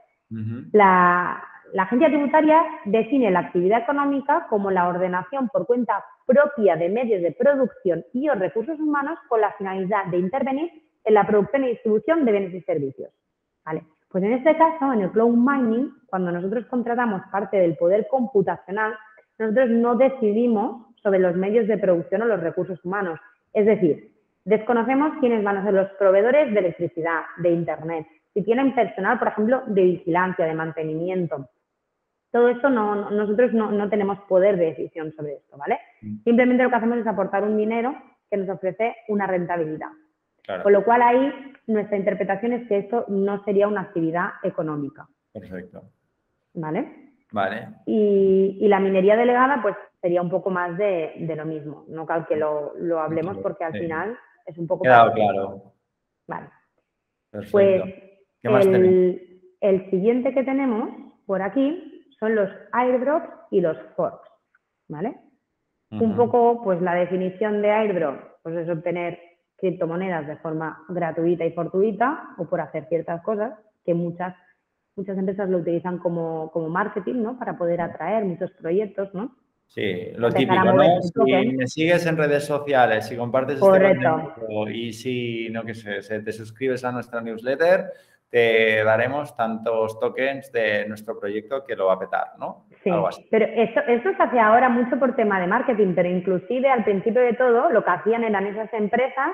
La agencia tributaria define la actividad económica como la ordenación por cuenta propia de medios de producción y o recursos humanos con la finalidad de intervenir en la producción y distribución de bienes y servicios, ¿vale? Pues en este caso, en el cloud mining, cuando nosotros contratamos parte del poder computacional, nosotros no decidimos sobre los medios de producción o los recursos humanos. Es decir, desconocemos quiénes van a ser los proveedores de electricidad, de internet, si tienen personal, por ejemplo, de vigilancia, de mantenimiento. Todo esto nosotros no tenemos poder de decisión sobre esto, ¿vale? Simplemente lo que hacemos es aportar un dinero que nos ofrece una rentabilidad. Claro. Con lo cual ahí nuestra interpretación es que esto no sería una actividad económica. Perfecto. ¿Vale? Vale. Y la minería delegada pues sería un poco más de lo mismo. No cal que lo hablemos porque al final es un poco... Quedado claro. Vale. Perfecto. Pues ¿Qué más tenemos? El siguiente que tenemos por aquí son los airdrops y los forks, ¿vale? Un poco, pues la definición de airdrop pues es obtener criptomonedas de forma gratuita y fortuita o por hacer ciertas cosas que muchas empresas lo utilizan como marketing, ¿no? Para poder atraer muchos proyectos, ¿no? Sí, lo típico, ¿no? Si me sigues en redes sociales, si compartes este contenido y si, no que sé, te suscribes a nuestra newsletter, te daremos tantos tokens de nuestro proyecto que lo va a petar, ¿no? Sí, algo así. Pero esto se hace ahora mucho por tema de marketing, pero inclusive al principio de todo lo que hacían eran esas empresas,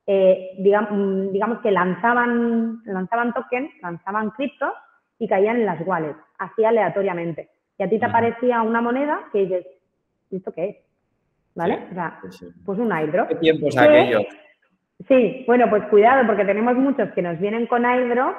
digamos que lanzaban tokens, lanzaban criptos y caían en las wallets, así aleatoriamente. Y a ti te aparecía una moneda que dices, ¿esto qué es? ¿Vale? Sí, o sea, sí. Pues un airdrop. ¿Qué tiempos aquellos? Sí, bueno, pues cuidado porque tenemos muchos que nos vienen con airdrop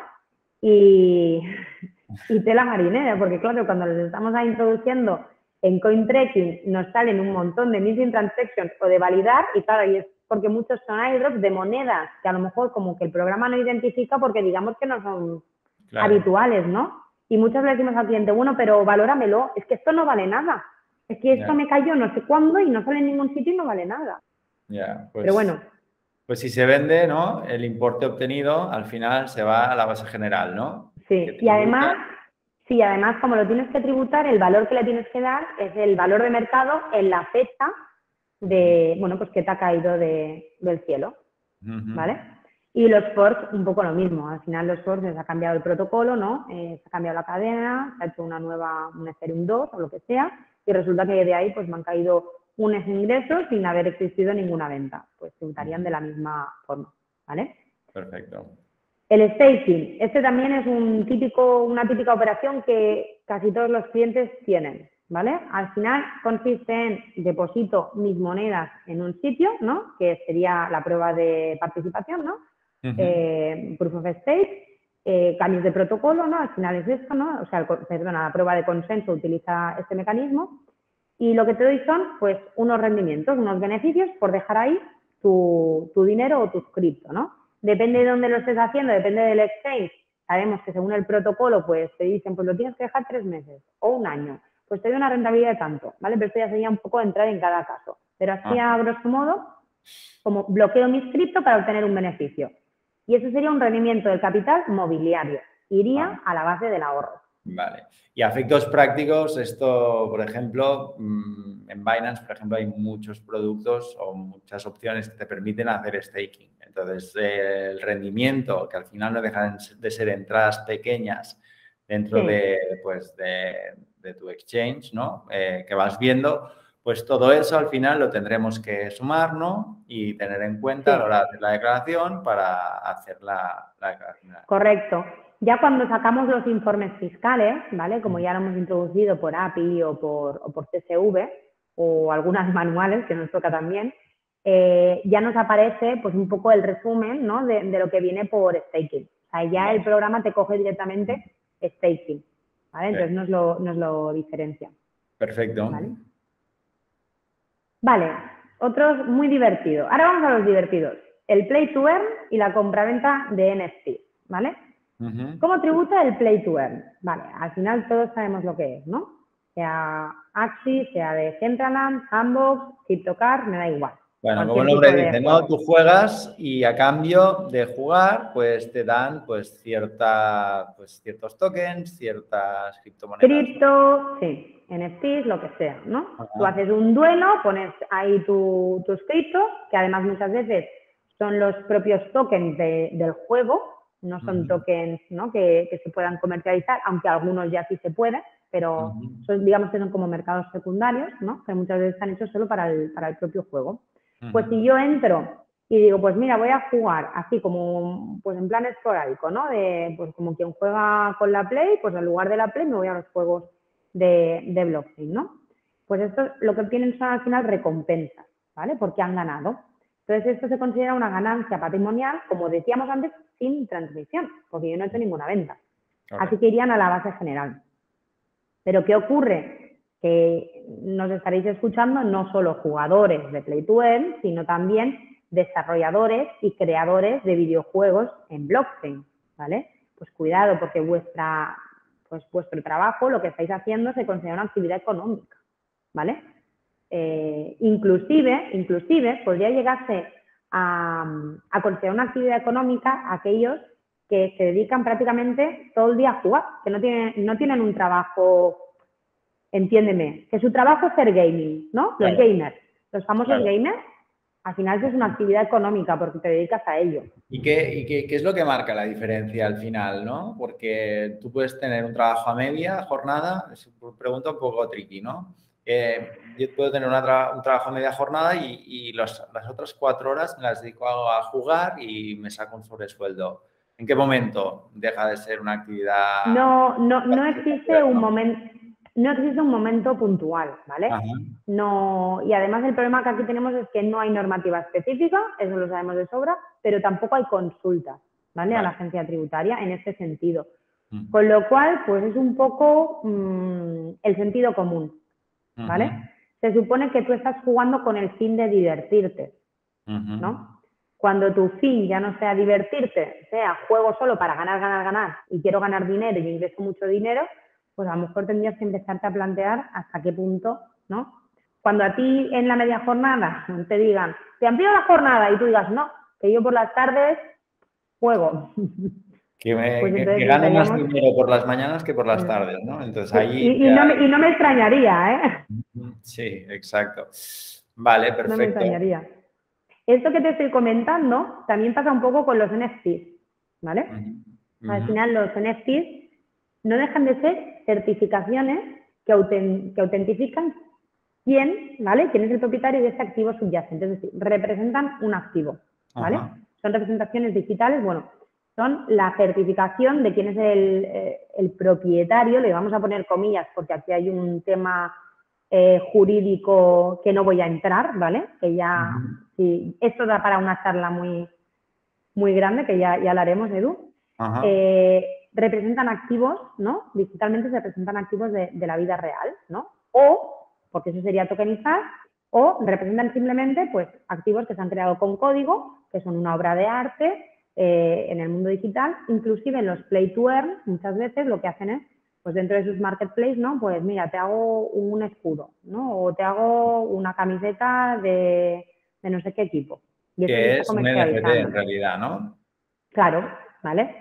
y tela marinera, porque claro, cuando los estamos ahí introduciendo en CoinTracking nos salen un montón de missing transactions o de validar y claro, y es porque muchos son airdrops de monedas que a lo mejor como que el programa no identifica porque digamos que no son habituales, ¿no? Y muchas le decimos al cliente, bueno, pero valóramelo, es que esto no vale nada, es que esto me cayó no sé cuándo y no sale en ningún sitio y no vale nada. Pues, pero bueno. Pues si se vende, ¿no? El importe obtenido al final se va a la base general, ¿no? Sí, y además, como lo tienes que tributar, el valor que le tienes que dar es el valor de mercado en la fecha de, bueno, pues que te ha caído del cielo, ¿vale? Y los forks, un poco lo mismo. Al final los forks se ha cambiado el protocolo, ¿no? Se ha cambiado la cadena, se ha hecho un Ethereum 2 o lo que sea, y resulta que de ahí pues me han caído unos ingresos sin haber existido ninguna venta. Pues tributarían de la misma forma, ¿vale? Perfecto. El staking, este también es una típica operación que casi todos los clientes tienen, ¿vale? Al final consiste en deposito mis monedas en un sitio, ¿no? Que sería la prueba de participación, ¿no? Proof of stake, cambios de protocolo, ¿no? Al final es esto, ¿no? O sea, la prueba de consenso utiliza este mecanismo y lo que te doy son, pues, unos rendimientos, unos beneficios por dejar ahí tu dinero o tus cripto, ¿no? Depende de dónde lo estés haciendo, depende del exchange. Sabemos que según el protocolo, pues te dicen, pues lo tienes que dejar 3 meses o un año. Pues te doy una rentabilidad de tanto, ¿vale? Pero esto ya sería un poco entrar en cada caso. Pero así a grosso modo, como bloqueo mi cripto para obtener un beneficio. Y eso sería un rendimiento del capital mobiliario. Iría a la base del ahorro. Vale. Y a efectos prácticos, esto, por ejemplo, en Binance, por ejemplo, hay muchos productos o muchas opciones que te permiten hacer staking. Entonces, el rendimiento, que al final no dejan de ser entradas pequeñas dentro de tu exchange, ¿no? Que vas viendo, pues todo eso al final lo tendremos que sumar, ¿no? Y tener en cuenta a la hora de hacer la declaración para hacer la declaración. Correcto. Ya cuando sacamos los informes fiscales, ¿vale? Como ya lo hemos introducido por API o por CSV, o algunas manuales, que nos toca también, ya nos aparece pues un poco el resumen, ¿no? de lo que viene por staking. O sea, ya el programa te coge directamente staking, ¿vale? Entonces nos lo diferencia. Perfecto. Vale, otros muy divertidos. Ahora vamos a los divertidos. El Play to Earn y la compraventa de NFT, ¿vale? ¿Cómo tributa el Play to Earn? Vale, al final todos sabemos lo que es, ¿no? Sea Axie, sea de Decentraland, Sandbox, CryptoCard, me da igual. Bueno, como el nombre dice, ¿no? Tú juegas y a cambio de jugar, pues te dan pues ciertos tokens, ciertas criptomonedas. Cripto, sí, NFTs, lo que sea, ¿no? Ajá. Tú haces un duelo, pones ahí tus criptos, que además muchas veces son los propios tokens del juego, no son tokens, ¿no? que se puedan comercializar, aunque algunos ya sí se pueden, pero digamos que son como mercados secundarios, ¿no? Que muchas veces están hechos solo para el propio juego. Pues si yo entro y digo, pues mira, voy a jugar así como, pues en plan esporádico, ¿no? Pues como quien juega con la Play, pues en lugar de la Play me voy a los juegos de blockchain, ¿no? Pues esto lo que obtienen son al final recompensas, ¿vale? Porque han ganado. Entonces esto se considera una ganancia patrimonial, como decíamos antes, sin transmisión, porque yo no he hecho ninguna venta. Así que irían a la base general. Pero ¿qué ocurre? Que nos estaréis escuchando no solo jugadores de Play to Earn, sino también desarrolladores y creadores de videojuegos en blockchain, ¿vale? Pues cuidado, porque vuestro trabajo, lo que estáis haciendo, se considera una actividad económica, ¿vale? Inclusive podría llegarse a considerar una actividad económica aquellos que se dedican prácticamente todo el día a jugar, que no tienen un trabajo, entiéndeme, que su trabajo es ser gaming, ¿no? Los gamers, los famosos gamers, al final es una actividad económica porque te dedicas a ello. ¿Y qué es lo que marca la diferencia al final, no? Porque tú puedes tener un trabajo a media jornada, es una pregunta un poco tricky, ¿no? Yo puedo tener un trabajo a media jornada y las otras 4 horas me las dedico a jugar y me saco un sobresueldo. ¿En qué momento deja de ser una actividad? No existe un momento. No existe un momento puntual, ¿vale? No, y además el problema que aquí tenemos es que no hay normativa específica, eso lo sabemos de sobra, pero tampoco hay consultas, ¿vale? A la agencia tributaria en este sentido. Con lo cual, pues es un poco el sentido común, ¿vale? Se supone que tú estás jugando con el fin de divertirte, ¿no? Cuando tu fin ya no sea divertirte, sea juego solo para ganar y quiero ganar dinero y ingreso mucho dinero, pues a lo mejor tendrías que empezarte a plantear hasta qué punto, ¿no? Cuando a ti en la media jornada te digan, te amplío la jornada y tú digas, no, que yo por las tardes juego. Que gano más dinero por las mañanas que por las tardes, ¿no? Entonces ahí... Y no me extrañaría, ¿eh? Sí, exacto. Vale, perfecto. No me extrañaría. Esto que te estoy comentando también pasa un poco con los NFTs, ¿vale? Al final los NFTs no dejan de ser certificaciones que autentifican quién, ¿vale? Quién es el propietario de ese activo subyacente, es decir, representan un activo, ¿vale? Son representaciones digitales, bueno, son la certificación de quién es el propietario, le vamos a poner comillas porque aquí hay un tema jurídico que no voy a entrar, ¿vale? Que ya, sí, esto da para una charla muy, muy grande, que ya la haremos, Edu. Representan activos, ¿no? Digitalmente se representan activos de la vida real, ¿no? O, porque eso sería tokenizar, o representan simplemente, pues, activos que se han creado con código, que son una obra de arte en el mundo digital. Inclusive en los Play to Earn, muchas veces lo que hacen es, pues dentro de sus marketplaces, ¿no? Pues mira, te hago un escudo, ¿no? O te hago una camiseta de no sé qué equipo. Y que es un NFT en realidad, ¿no? Claro, ¿vale?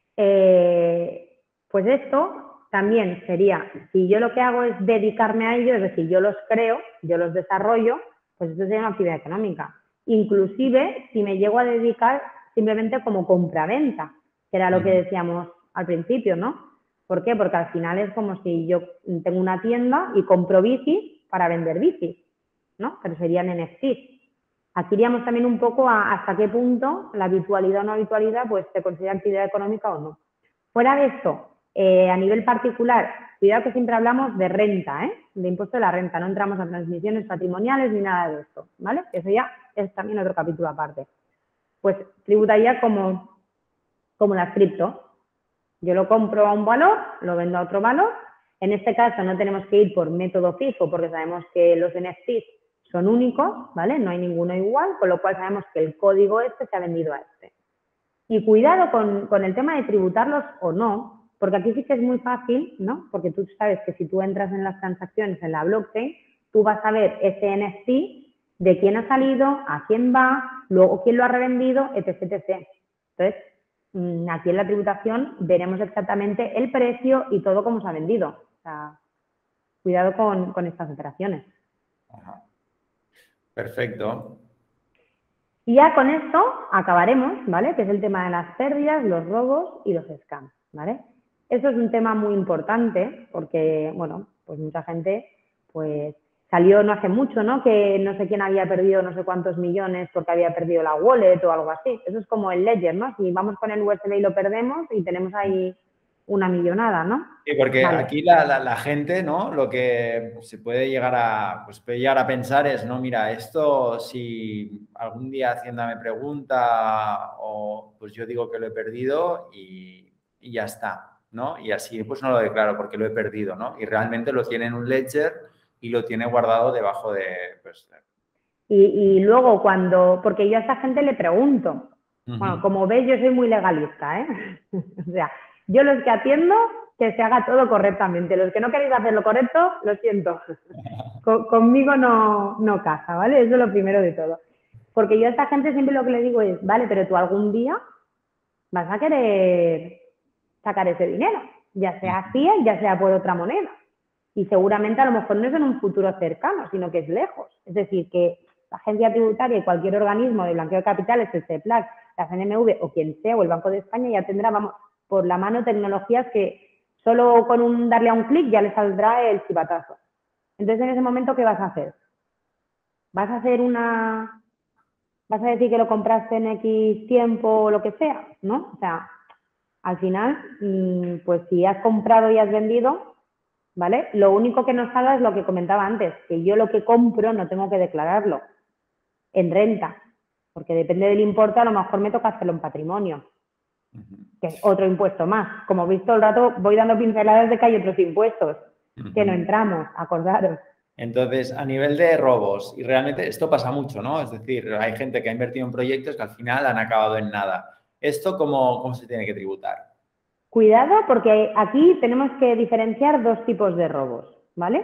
Pues esto también sería, si yo lo que hago es dedicarme a ello, es decir, yo los creo, yo los desarrollo, pues esto sería una actividad económica. Inclusive, si me llego a dedicar simplemente como compraventa, que era lo que decíamos al principio, ¿no? ¿Por qué? Porque al final es como si yo tengo una tienda y compro bicis para vender bicis, ¿no? Pero serían NFTs. Aquí iríamos también un poco a hasta qué punto la habitualidad o no habitualidad pues se considera actividad económica o no. Fuera de esto, a nivel particular, Cuidado que siempre hablamos de renta, de impuesto de la renta, no entramos a transmisiones patrimoniales ni nada de esto, ¿vale? Eso ya es también otro capítulo aparte. Pues tributaría como las cripto. Yo lo compro a un valor, lo vendo a otro valor. En este caso no tenemos que ir por método fijo porque sabemos que los NFTs son únicos, ¿vale? No hay ninguno igual, con lo cual sabemos que el código este se ha vendido a este. Y cuidado con el tema de tributarlos o no, porque aquí sí que es muy fácil, ¿no? Porque tú sabes que si tú entras en las transacciones en la blockchain, tú vas a ver ese NFT de quién ha salido, a quién va, luego quién lo ha revendido, etc, etc. Entonces, aquí en la tributación veremos exactamente el precio y todo cómo se ha vendido. O sea, cuidado con estas operaciones. Ajá. Perfecto. Y ya con esto acabaremos, ¿vale? Que es el tema de las pérdidas, los robos y los scams, ¿vale? Eso es un tema muy importante porque, bueno, pues mucha gente, pues salió no hace mucho, ¿no? Que no sé quién había perdido no sé cuántos millones porque había perdido la wallet o algo así. Eso es como el Ledger, ¿no? Si vamos con el USB y lo perdemos y tenemos ahí una millonada, ¿no? Sí, porque Vale. aquí la gente, ¿no? Lo que se puede llegar a pensar es, no, mira, esto si algún día Hacienda me pregunta o pues yo digo que lo he perdido y ya está, ¿no? Y así pues no lo declaro porque lo he perdido, ¿no? Y realmente lo tiene en un ledger y lo tiene guardado debajo de, pues... Y luego porque yo a esta gente le pregunto, bueno, como veis yo soy muy legalista, o sea, yo los que atiendo, que se haga todo correctamente. Los que no queréis hacer lo correcto, lo siento. Conmigo no casa, ¿vale? Eso es lo primero de todo. Porque yo a esta gente siempre lo que le digo es, vale, pero tú algún día vas a querer sacar ese dinero, ya sea fiat, ya sea por otra moneda. Y seguramente a lo mejor no es en un futuro cercano, sino que es lejos. Es decir, que la agencia tributaria y cualquier organismo de blanqueo de capitales, el CEPLAC, la CNMV o quien sea, o el Banco de España, ya tendrá, vamos, por la mano tecnologías que solo con darle a un clic ya le saldrá el chivatazo. Entonces, en ese momento, ¿qué vas a hacer? ¿Vas a decir que lo compraste en X tiempo o lo que sea? ¿No? O sea, al final, pues si has comprado y has vendido, ¿vale? Lo único que nos salga es lo que comentaba antes, que yo lo que compro no tengo que declararlo en renta, porque depende del importe, a lo mejor me toca hacerlo en patrimonio, que es otro impuesto más. Como veis todo el rato, voy dando pinceladas de que hay otros impuestos, que no entramos, acordaros. Entonces, a nivel de robos, y realmente esto pasa mucho, ¿no? Es decir, hay gente que ha invertido en proyectos que al final han acabado en nada. ¿Esto cómo se tiene que tributar? Cuidado, porque aquí tenemos que diferenciar dos tipos de robos, ¿vale?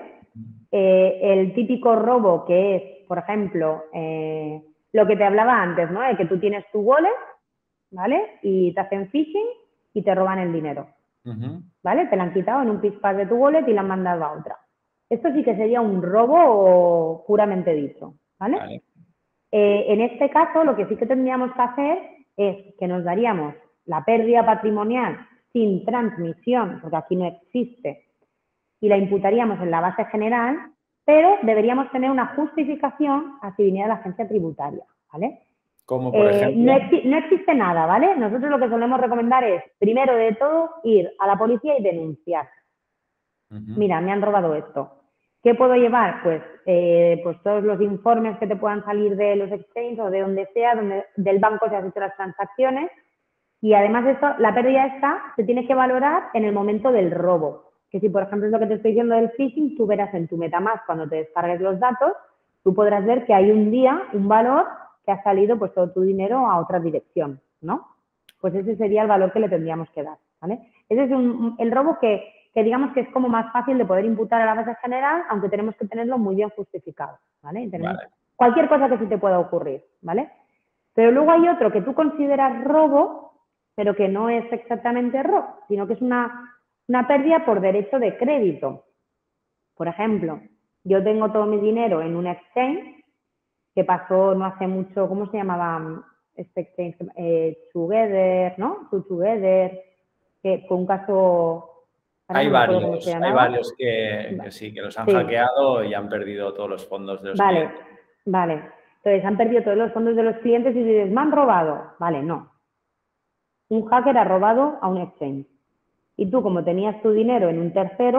El típico robo que es, por ejemplo, lo que te hablaba antes, ¿no? De que tú tienes tu wallet, ¿vale? Y te hacen phishing y te roban el dinero, ¿vale? Te la han quitado en un pispás de tu wallet y la han mandado a otra. Esto sí que sería un robo puramente dicho, ¿vale? Vale. En este caso, lo que sí que tendríamos que hacer es que nos daríamos la pérdida patrimonial sin transmisión, porque aquí no existe, y la imputaríamos en la base general, pero deberíamos tener una justificación a si viniera la agencia tributaria, ¿vale? Como por ejemplo... No existe nada, ¿vale? Nosotros lo que solemos recomendar es, primero de todo, ir a la policía y denunciar. Mira, me han robado esto. ¿Qué puedo llevar? Pues todos los informes que te puedan salir de los exchanges o de donde sea, del banco se han hecho las transacciones. Y además de esto, la pérdida esta se tiene que valorar en el momento del robo. Que si, por ejemplo, es lo que te estoy diciendo del phishing, tú verás en tu MetaMask cuando te descargues los datos, tú podrás ver que hay un día, un valor que ha salido pues todo tu dinero a otra dirección, ¿no? Pues ese sería el valor que le tendríamos que dar, ¿vale? Ese es el robo que digamos que es como más fácil de poder imputar a la base general, aunque tenemos que tenerlo muy bien justificado, ¿vale? Cualquier cosa que sí te pueda ocurrir, ¿vale? Pero luego hay otro que tú consideras robo, pero que no es exactamente robo, sino que es una pérdida por derecho de crédito. Por ejemplo, yo tengo todo mi dinero en un exchange que pasó no hace mucho, ¿cómo se llamaba este exchange? Together, ¿no? Together, que fue un caso... Hay varios que sí, que los han hackeado y han perdido todos los fondos de los clientes. Vale. Entonces, han perdido todos los fondos de los clientes y dices, ¿me han robado? Vale, no. Un hacker ha robado a un exchange. Y tú, como tenías tu dinero en un tercero,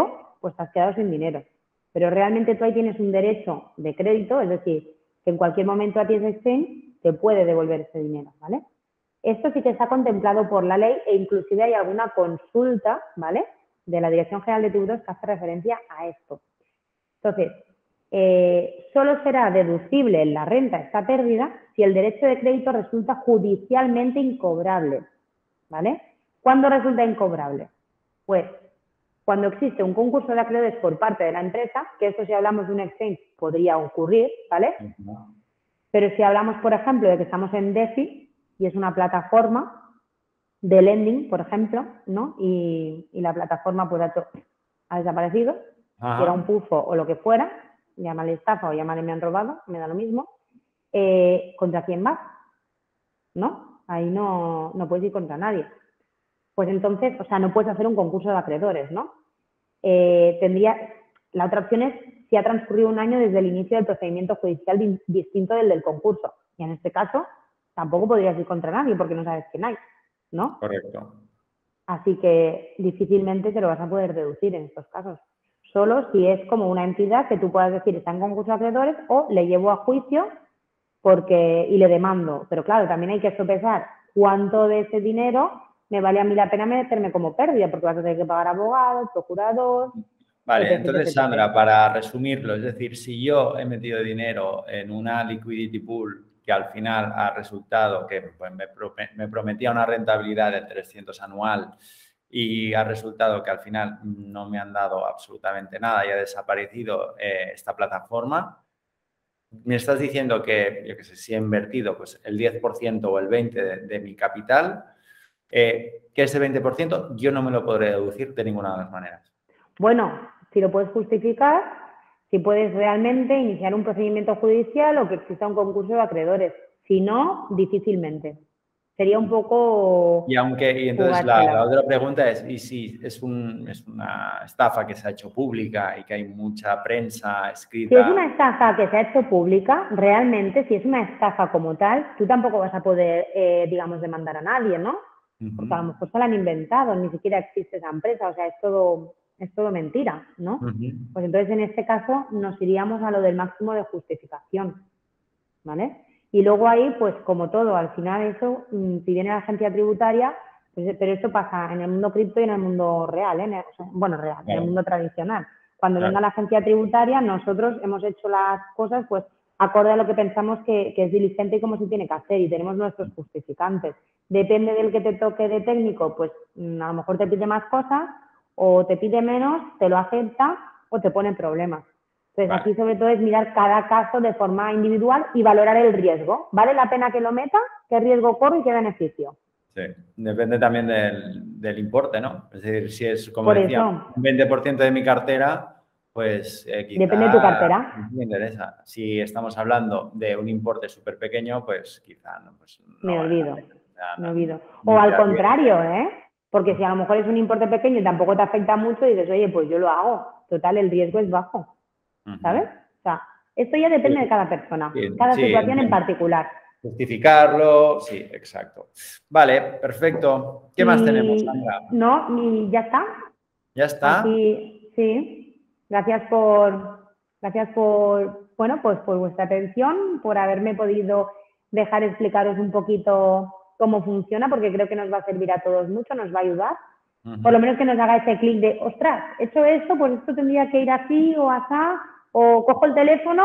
pues te has quedado sin dinero. Pero realmente tú ahí tienes un derecho de crédito, es decir, que en cualquier momento a ti ese exchange te puede devolver ese dinero, ¿vale? Esto sí que está contemplado por la ley e inclusive hay alguna consulta, ¿vale?, de la Dirección General de Tributos que hace referencia a esto. Entonces, solo será deducible en la renta esta pérdida si el derecho de crédito resulta judicialmente incobrable, ¿vale? ¿Cuándo resulta incobrable? Pues cuando existe un concurso de acreedores por parte de la empresa, que esto si hablamos de un exchange podría ocurrir, ¿vale? Pero si hablamos, por ejemplo, de que estamos en DeFi y es una plataforma de lending, por ejemplo, ¿no? Y la plataforma pues ha desaparecido, si era un pufo o lo que fuera, llámale estafa o llámale me han robado, me da lo mismo, ¿contra quién vas? ¿No? Ahí no puedes ir contra nadie. Pues entonces, o sea, no puedes hacer un concurso de acreedores, ¿no? La otra opción es si ha transcurrido un año desde el inicio del procedimiento judicial distinto del concurso. Y en este caso, tampoco podrías ir contra nadie porque no sabes quién hay, ¿no? Correcto. Así que difícilmente te lo vas a poder deducir en estos casos. Solo si es como una entidad que tú puedas decir está en concurso de acreedores o le llevo a juicio y le demando. Pero claro, también hay que sopesar cuánto de ese dinero me vale a mí la pena meterme como pérdida, porque vas a tener que pagar abogados, procurador. Vale, entonces, Sandra, para resumirlo, es decir, si yo he metido dinero en una liquidity pool que al final ha resultado que pues, me prometía una rentabilidad de 300 anual y ha resultado que al final no me han dado absolutamente nada y ha desaparecido esta plataforma, me estás diciendo que, yo qué sé, si he invertido pues, el 10% o el 20% de mi capital, que ese 20% yo no me lo podré deducir de ninguna de las maneras. Bueno, si lo puedes justificar, si puedes realmente iniciar un procedimiento judicial o que exista un concurso de acreedores. Si no, difícilmente. Sería un poco... Y entonces la otra pregunta es, ¿y si es una estafa que se ha hecho pública y que hay mucha prensa escrita? Si es una estafa que se ha hecho pública, realmente, si es una estafa como tal, tú tampoco vas a poder, digamos, demandar a nadie, ¿no? Porque a lo mejor se la han inventado, ni siquiera existe esa empresa, o sea, es todo mentira, ¿no? Pues entonces, en este caso, nos iríamos a lo del máximo de justificación, ¿vale? Y luego ahí, pues como todo, al final eso, si viene la agencia tributaria, pues, pero esto pasa en el mundo cripto y en el mundo real, en el mundo tradicional. Cuando venga la agencia tributaria, nosotros hemos hecho las cosas, pues, acorde a lo que pensamos que es diligente y cómo se tiene que hacer, y tenemos nuestros justificantes. Depende del que te toque de técnico, pues a lo mejor te pide más cosas, o te pide menos, te lo acepta o te pone problemas. Entonces, aquí sobre todo es mirar cada caso de forma individual y valorar el riesgo. ¿Vale la pena que lo meta? ¿Qué riesgo corro y qué beneficio? Sí, depende también del importe, ¿no? Es decir, si es, como decía, un 20% de mi cartera, pues quizá depende de tu cartera. me interesa. Si estamos hablando de un importe súper pequeño, pues quizá no. Pues, no me olvido. Me olvido. O al contrario, ¿eh? Porque si a lo mejor es un importe pequeño y tampoco te afecta mucho, y dices, oye, pues yo lo hago. Total, el riesgo es bajo. ¿Sabes? O sea, esto ya depende de cada persona, cada situación en particular. Justificarlo, sí, exacto. Vale, perfecto. ¿Qué más tenemos, Sandra? No, ya está. ¿Ya está? Aquí, sí. Gracias por, bueno, pues por vuestra atención, por haberme podido dejar explicaros un poquito cómo funciona, porque creo que nos va a servir a todos mucho, nos va a ayudar. Por lo menos que nos haga ese clic de, ostras, he hecho esto, pues esto tendría que ir así o asá, o cojo el teléfono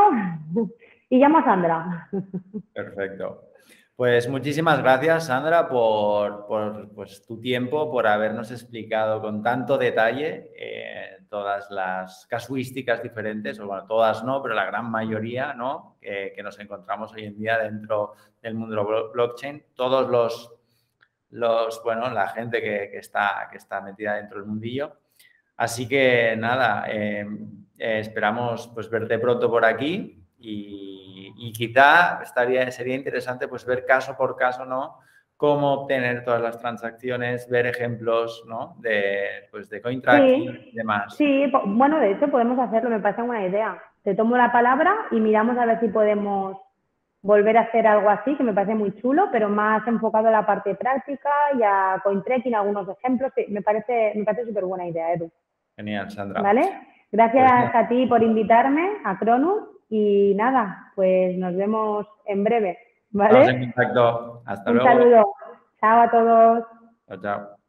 y llamo a Sandra. Perfecto. Pues muchísimas gracias, Sandra, por pues, tu tiempo, por habernos explicado con tanto detalle todas las casuísticas diferentes, o bueno, todas no, pero la gran mayoría, ¿no? Que nos encontramos hoy en día dentro del mundo blockchain. Todos bueno, la gente que está metida dentro del mundillo. Así que nada, esperamos pues verte pronto por aquí y quizá sería interesante pues ver caso por caso, ¿no? Cómo obtener todas las transacciones, ver ejemplos, ¿no? De CoinTracking y demás. Sí, bueno, de hecho podemos hacerlo, me parece una idea. Te tomo la palabra y miramos a ver si podemos volver a hacer algo así, que me parece muy chulo, pero más enfocado a la parte práctica y a CoinTracking, algunos ejemplos. Sí, me parece súper buena idea, Edu. Genial, Sandra. ¿Vale? Gracias a ti por invitarme a Cronus y nada, pues nos vemos en breve, ¿vale? Estamos en contacto. Hasta luego. Un saludo. Chao a todos. Chao, chao.